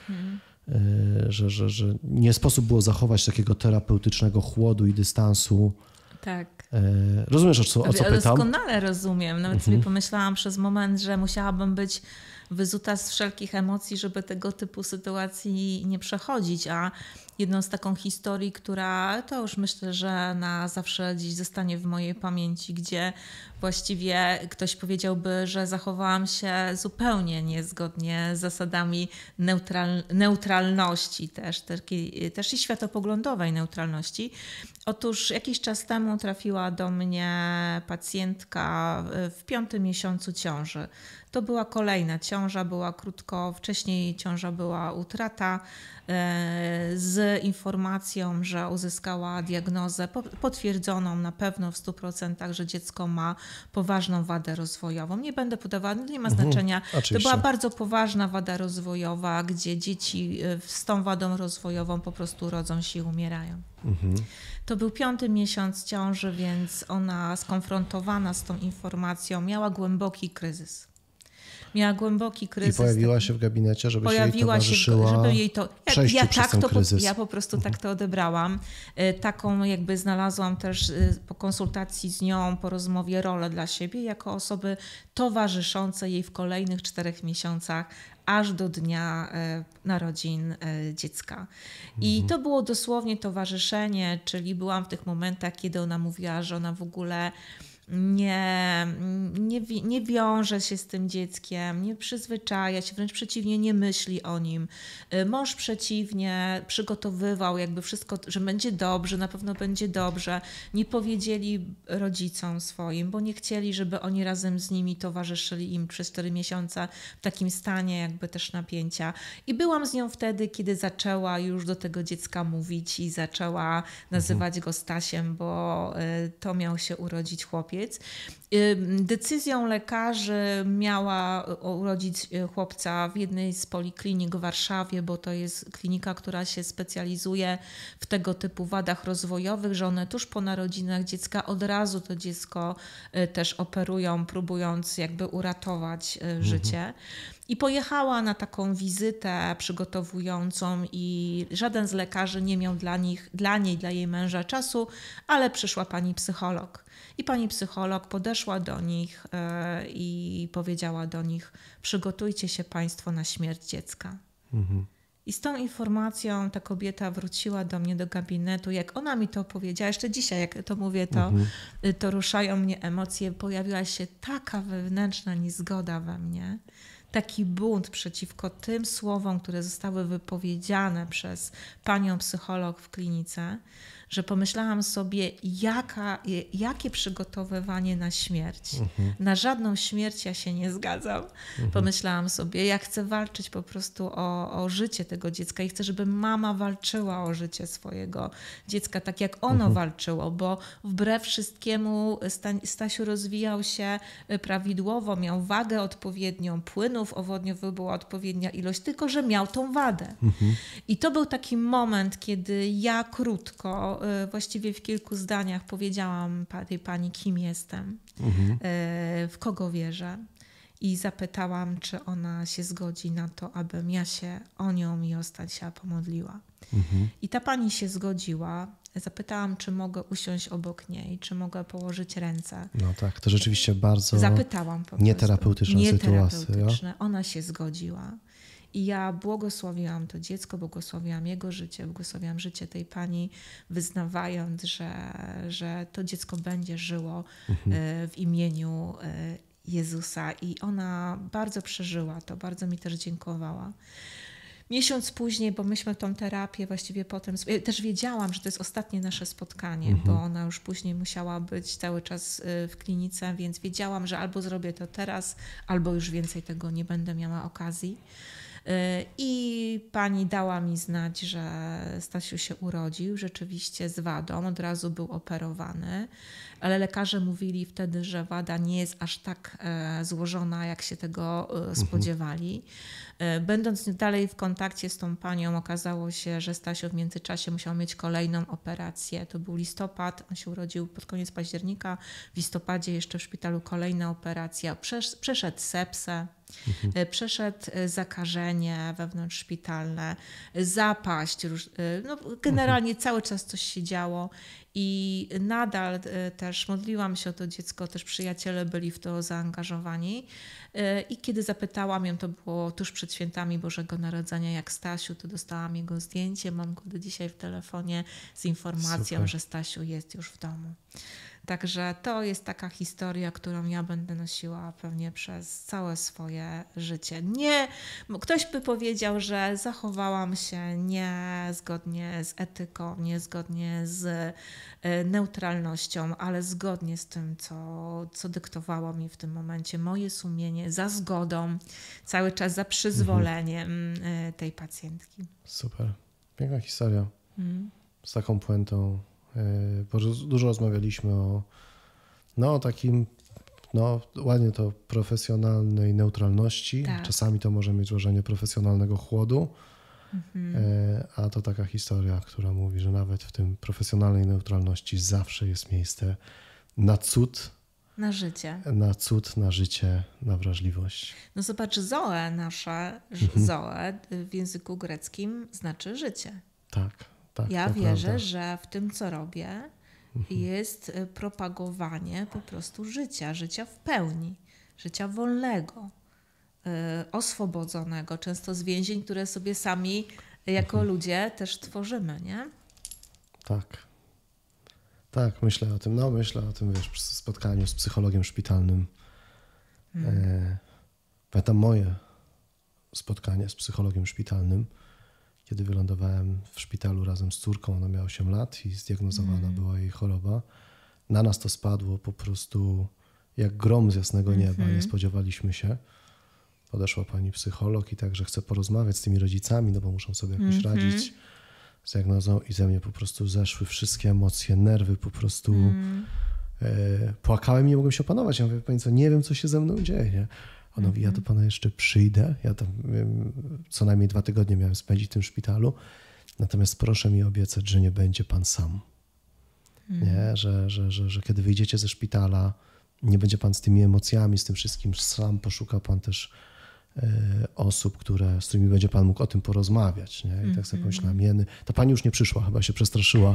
nie sposób było zachować takiego terapeutycznego chłodu i dystansu. Tak. Rozumiesz, o co pytam? Doskonale rozumiem. Nawet sobie pomyślałam przez moment, że musiałabym być wyzuta z wszelkich emocji, żeby tego typu sytuacji nie przechodzić, a jedną z taką historii, która to już myślę, że na zawsze gdzieś zostanie w mojej pamięci, gdzie właściwie ktoś powiedziałby, że zachowałam się zupełnie niezgodnie z zasadami neutralności też i światopoglądowej neutralności. Otóż jakiś czas temu trafiła do mnie pacjentka w 5. miesiącu ciąży. To była kolejna ciąża, była krótko wcześniej, ciąża była utrata z informacją, że uzyskała diagnozę potwierdzoną na pewno w 100%, że dziecko ma poważną wadę rozwojową. Nie będę podawała, nie ma znaczenia. Oczywiście. To była bardzo poważna wada rozwojowa, gdzie dzieci z tą wadą rozwojową po prostu rodzą się i umierają. To był 5. miesiąc ciąży, więc ona skonfrontowana z tą informacją miała głęboki kryzys. Miała głęboki kryzys. I pojawiła się w gabinecie, żeby się jej towarzyszyła przejściu przez ten kryzys. Ja po prostu tak to odebrałam. Taką jakby znalazłam też po konsultacji z nią, po rozmowie rolę dla siebie, jako osoby towarzyszące jej w kolejnych 4 miesiącach, aż do dnia narodzin dziecka. I to było dosłownie towarzyszenie, czyli byłam w tych momentach, kiedy ona mówiła, że ona w ogóle nie wiąże się z tym dzieckiem, nie przyzwyczaja się, wręcz przeciwnie, nie myśli o nim. Mąż przeciwnie przygotowywał jakby wszystko, że będzie dobrze, na pewno będzie dobrze. Nie powiedzieli rodzicom swoim, bo nie chcieli, żeby oni razem z nimi towarzyszyli im przez 4 miesiące w takim stanie jakby też napięcia. I byłam z nią wtedy, kiedy zaczęła już do tego dziecka mówić i zaczęła nazywać go Stasiem, bo to miał się urodzić chłopiec. Decyzją lekarzy miała urodzić chłopca w jednej z poliklinik w Warszawie, bo to jest klinika, która się specjalizuje w tego typu wadach rozwojowych, że one tuż po narodzinach dziecka od razu to dziecko też operują, próbując jakby uratować życie. I pojechała na taką wizytę przygotowującą i żaden z lekarzy nie miał dla jej męża czasu, ale przyszła pani psycholog. I pani psycholog podeszła do nich i powiedziała do nich: przygotujcie się państwo na śmierć dziecka. I z tą informacją ta kobieta wróciła do mnie do gabinetu. Jak ona mi to powiedziała, jeszcze dzisiaj jak to mówię, to ruszają mnie emocje. Pojawiła się taka wewnętrzna niezgoda we mnie, taki bunt przeciwko tym słowom, które zostały wypowiedziane przez panią psycholog w klinice, że pomyślałam sobie, jakie przygotowywanie na śmierć. Na żadną śmierć ja się nie zgadzam. Pomyślałam sobie, ja chcę walczyć po prostu o życie tego dziecka i chcę, żeby mama walczyła o życie swojego dziecka, tak jak ono walczyło, bo wbrew wszystkiemu Stasiu rozwijał się prawidłowo, miał wagę odpowiednią, płynów owodniowych była odpowiednia ilość, tylko że miał tą wadę. I to był taki moment, kiedy ja krótko, właściwie w kilku zdaniach powiedziałam tej pani, kim jestem, w kogo wierzę. i zapytałam, czy ona się zgodzi na to, abym ja się o nią i o Stasia pomodliła. I ta pani się zgodziła. Zapytałam, czy mogę usiąść obok niej, czy mogę położyć ręce. No tak, to rzeczywiście bardzo Zapytałam po prostu. Nieterapeutyczna sytuacja. Ona się zgodziła. I ja błogosławiłam to dziecko, błogosławiłam jego życie, błogosławiłam życie tej pani, wyznawając, że to dziecko będzie żyło w imieniu Jezusa. I ona bardzo przeżyła to, bardzo mi też dziękowała. Miesiąc później, bo myśmy tą terapię właściwie potem... Też wiedziałam, że to jest ostatnie nasze spotkanie, bo ona już później musiała być cały czas w klinice, więc wiedziałam, że albo zrobię to teraz, albo już więcej tego nie będę miała okazji. I pani dała mi znać, że Stasiu się urodził rzeczywiście z wadą, od razu był operowany, ale lekarze mówili wtedy, że wada nie jest aż tak złożona, jak się tego spodziewali. Będąc dalej w kontakcie z tą panią, okazało się, że Stasiu w międzyczasie musiał mieć kolejną operację. To był listopad, on się urodził pod koniec października. W listopadzie jeszcze w szpitalu kolejna operacja. Przeszedł sepsę, przeszedł zakażenie wewnątrzszpitalne, zapaść. No, generalnie cały czas coś się działo. I nadal też modliłam się o to dziecko, też przyjaciele byli w to zaangażowani. I kiedy zapytałam ją, to było tuż przed świętami Bożego Narodzenia, jak Stasiu, to dostałam jego zdjęcie. Mam go do dzisiaj w telefonie z informacją, Super. że Stasiu jest już w domu. Także to jest taka historia, którą ja będę nosiła pewnie przez całe swoje życie. Nie, ktoś by powiedział, że zachowałam się niezgodnie z etyką, niezgodnie z neutralnością, ale zgodnie z tym, co dyktowało mi w tym momencie moje sumienie, za zgodą, cały czas za przyzwoleniem tej pacjentki. Super. Piękna historia. Z taką puentą. Bo dużo rozmawialiśmy o takim, ładnie to profesjonalnej neutralności. Tak. Czasami to może mieć wrażenie profesjonalnego chłodu, a to taka historia, która mówi, że nawet w tym profesjonalnej neutralności zawsze jest miejsce na cud. Na życie. Na cud, na życie, na wrażliwość. No zobacz, Zoe nasze, Zoe w języku greckim znaczy życie. Tak. Ja wierzę, prawda. że w tym, co robię, jest propagowanie po prostu życia w pełni, życia wolnego, oswobodzonego, często z więzień, które sobie sami jako ludzie też tworzymy, nie? Tak, myślę o tym. Myślę o tym, w spotkaniu z psychologiem szpitalnym. Pamiętam moje spotkanie z psychologiem szpitalnym, kiedy wylądowałem w szpitalu razem z córką. Ona miała 8 lat i zdiagnozowana była jej choroba. Na nas to spadło po prostu jak grom z jasnego nieba. Nie spodziewaliśmy się. Podeszła pani psycholog i także chce porozmawiać z tymi rodzicami, bo muszą sobie jakoś radzić z diagnozą i ze mnie po prostu zeszły wszystkie emocje, nerwy po prostu. Płakałem i nie mogłem się opanować. Ja mówię, pani co, nie wiem, co się ze mną dzieje. Nie? Ona mówi, ja do pana jeszcze przyjdę. Ja tam co najmniej 2 tygodnie miałem spędzić w tym szpitalu. Natomiast proszę mi obiecać, że nie będzie pan sam. Nie? Że kiedy wyjdziecie ze szpitala, nie będzie pan z tymi emocjami, z tym wszystkim sam. Poszuka pan też osób, z którymi będzie pan mógł o tym porozmawiać. Nie? I tak sobie pomyślałem, jeny, ta pani już nie przyszła, chyba się przestraszyła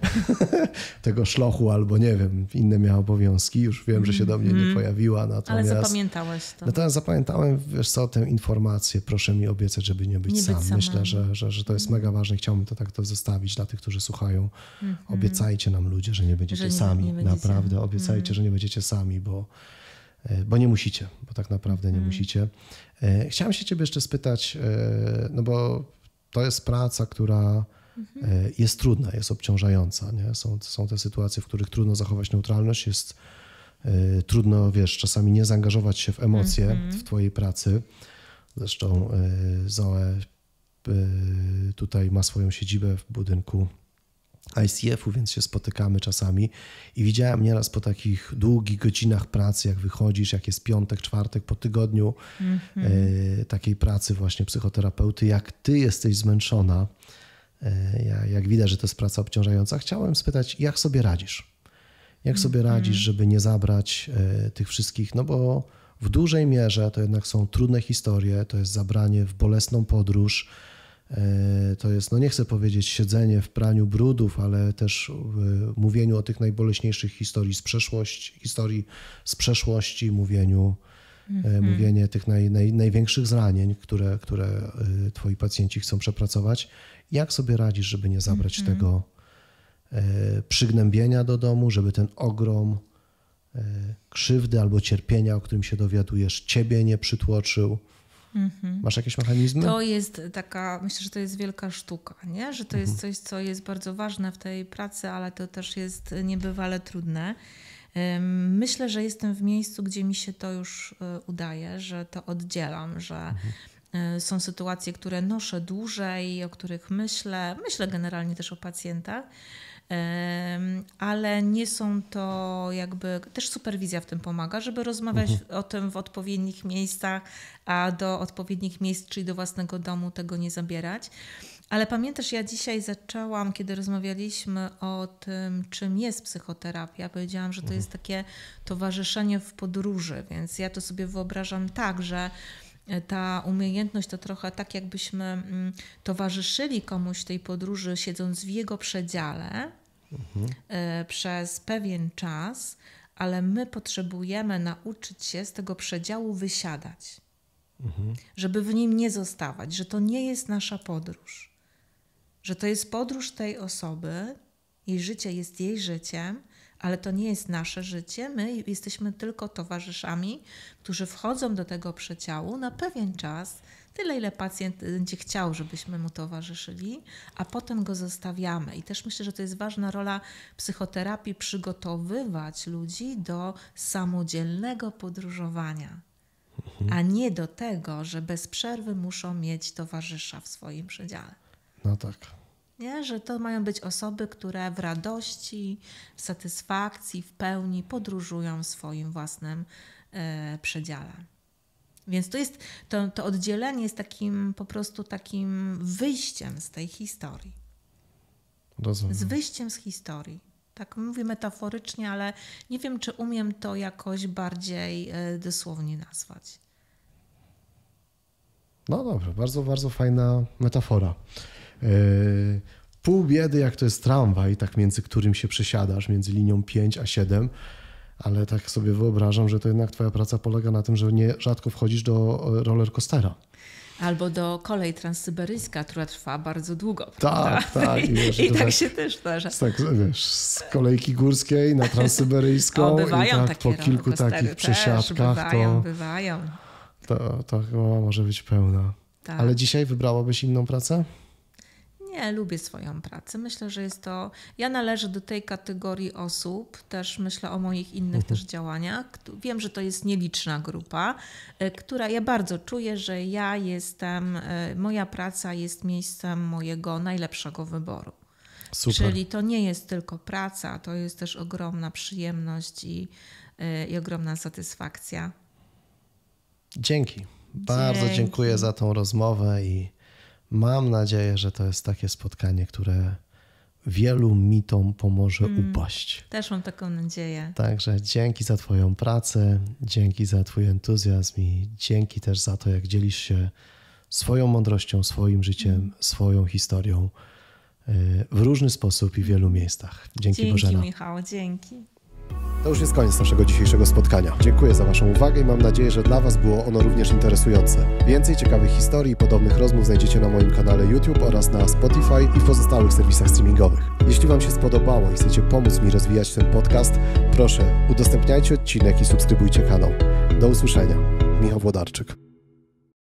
tego szlochu albo nie wiem, inne miała obowiązki. Już wiem, że się do mnie nie pojawiła. Ale zapamiętałeś to. Natomiast zapamiętałem, wiesz co, tę informację, proszę mi obiecać, żeby nie być sam. Myślę, że to jest mega ważne i chciałbym to zostawić dla tych, którzy słuchają. Obiecajcie nam ludzie, że nie będziecie sami. Nie będziecie. Naprawdę, obiecajcie, że nie będziecie sami, bo nie musicie, bo tak naprawdę nie musicie. Chciałem się ciebie jeszcze spytać, bo to jest praca, która jest trudna, jest obciążająca. Nie? Są te sytuacje, w których trudno zachować neutralność, jest trudno, czasami nie zaangażować się w emocje w twojej pracy. Zresztą Zoe tutaj ma swoją siedzibę w budynku ICF-u, więc się spotykamy czasami i widziałem nieraz po takich długich godzinach pracy, jak wychodzisz, jak jest piątek, czwartek po tygodniu takiej pracy właśnie psychoterapeuty, jak ty jesteś zmęczona, jak widać, że to jest praca obciążająca. Chciałem spytać, jak sobie radzisz? Jak sobie radzisz, żeby nie zabrać tych wszystkich, bo w dużej mierze to jednak są trudne historie, to jest zabranie w bolesną podróż, to jest, no nie chcę powiedzieć siedzenie w praniu brudów, ale też mówieniu o tych najboleśniejszych historii z przeszłości, mówienie tych największych zranień, które twoi pacjenci chcą przepracować. Jak sobie radzisz, żeby nie zabrać tego przygnębienia do domu, żeby ten ogrom krzywdy albo cierpienia, o którym się dowiadujesz, ciebie nie przytłoczył? Masz jakieś mechanizmy? To jest myślę, że to jest wielka sztuka, nie? Że to jest coś, co jest bardzo ważne w tej pracy, ale to też jest niebywale trudne. Myślę, że jestem w miejscu, gdzie mi się to już udaje, że to oddzielam, że są sytuacje, które noszę dłużej, o których myślę generalnie też o pacjentach, ale nie są to też superwizja w tym pomaga, żeby rozmawiać o tym w odpowiednich miejscach, a do odpowiednich miejsc, czyli do własnego domu tego nie zabierać. Ale pamiętasz, ja dzisiaj zaczęłam, kiedy rozmawialiśmy o tym, czym jest psychoterapia, powiedziałam, że to jest takie towarzyszenie w podróży, więc ja to sobie wyobrażam tak, że ta umiejętność to trochę tak, jakbyśmy towarzyszyli komuś w tej podróży, siedząc w jego przedziale przez pewien czas, ale my potrzebujemy nauczyć się z tego przedziału wysiadać, żeby w nim nie zostawać, że to nie jest nasza podróż, że to jest podróż tej osoby, jej życie jest jej życiem, ale to nie jest nasze życie, my jesteśmy tylko towarzyszami, którzy wchodzą do tego przedziału na pewien czas, tyle ile pacjent będzie chciał, żebyśmy mu towarzyszyli, a potem go zostawiamy. I też myślę, że to jest ważna rola psychoterapii, przygotowywać ludzi do samodzielnego podróżowania, a nie do tego, że bez przerwy muszą mieć towarzysza w swoim przedziale. No tak. Nie? Że to mają być osoby, które w radości, w satysfakcji, w pełni podróżują w swoim własnym przedziale. Więc to oddzielenie jest po prostu takim wyjściem z tej historii. Rozumiem. Z wyjściem z historii. Tak mówię metaforycznie, ale nie wiem, czy umiem to jakoś bardziej dosłownie nazwać. No dobrze, bardzo, bardzo fajna metafora. Pół biedy, jak to jest tramwaj, tak między którym się przesiadasz, między linią 5 a 7, ale tak sobie wyobrażam, że to jednak twoja praca polega na tym, że rzadko wchodzisz do rollercoastera. Albo do kolei transsyberyjska, która trwa bardzo długo. Tak, tak. I tak się też zdarza. Tak, wiesz, z kolejki górskiej na transsyberyjską bywają i tak po kilku takich przesiadkach. Bywają. To chyba może być pełna. Tak. Ale dzisiaj wybrałabyś inną pracę? Nie, lubię swoją pracę. Myślę, że jest to... Ja należę do tej kategorii osób, też myślę o moich innych też działaniach. Wiem, że to jest nieliczna grupa, która... Ja bardzo czuję, że moja praca jest miejscem mojego najlepszego wyboru. Super. Czyli to nie jest tylko praca, to jest też ogromna przyjemność i ogromna satysfakcja. Dzięki. Bardzo dziękuję za tą rozmowę i mam nadzieję, że to jest takie spotkanie, które wielu mitom pomoże upaść. Też mam taką nadzieję. Także dzięki za twoją pracę, dzięki za twój entuzjazm i dzięki też za to, jak dzielisz się swoją mądrością, swoim życiem, swoją historią w różny sposób i w wielu miejscach. Dzięki Bożena. Dzięki Michał, dzięki. To już jest koniec naszego dzisiejszego spotkania. Dziękuję za waszą uwagę i mam nadzieję, że dla was było ono również interesujące. Więcej ciekawych historii i podobnych rozmów znajdziecie na moim kanale YouTube oraz na Spotify i w pozostałych serwisach streamingowych. Jeśli wam się spodobało i chcecie pomóc mi rozwijać ten podcast, proszę udostępniajcie odcinek i subskrybujcie kanał. Do usłyszenia. Michał Włodarczyk.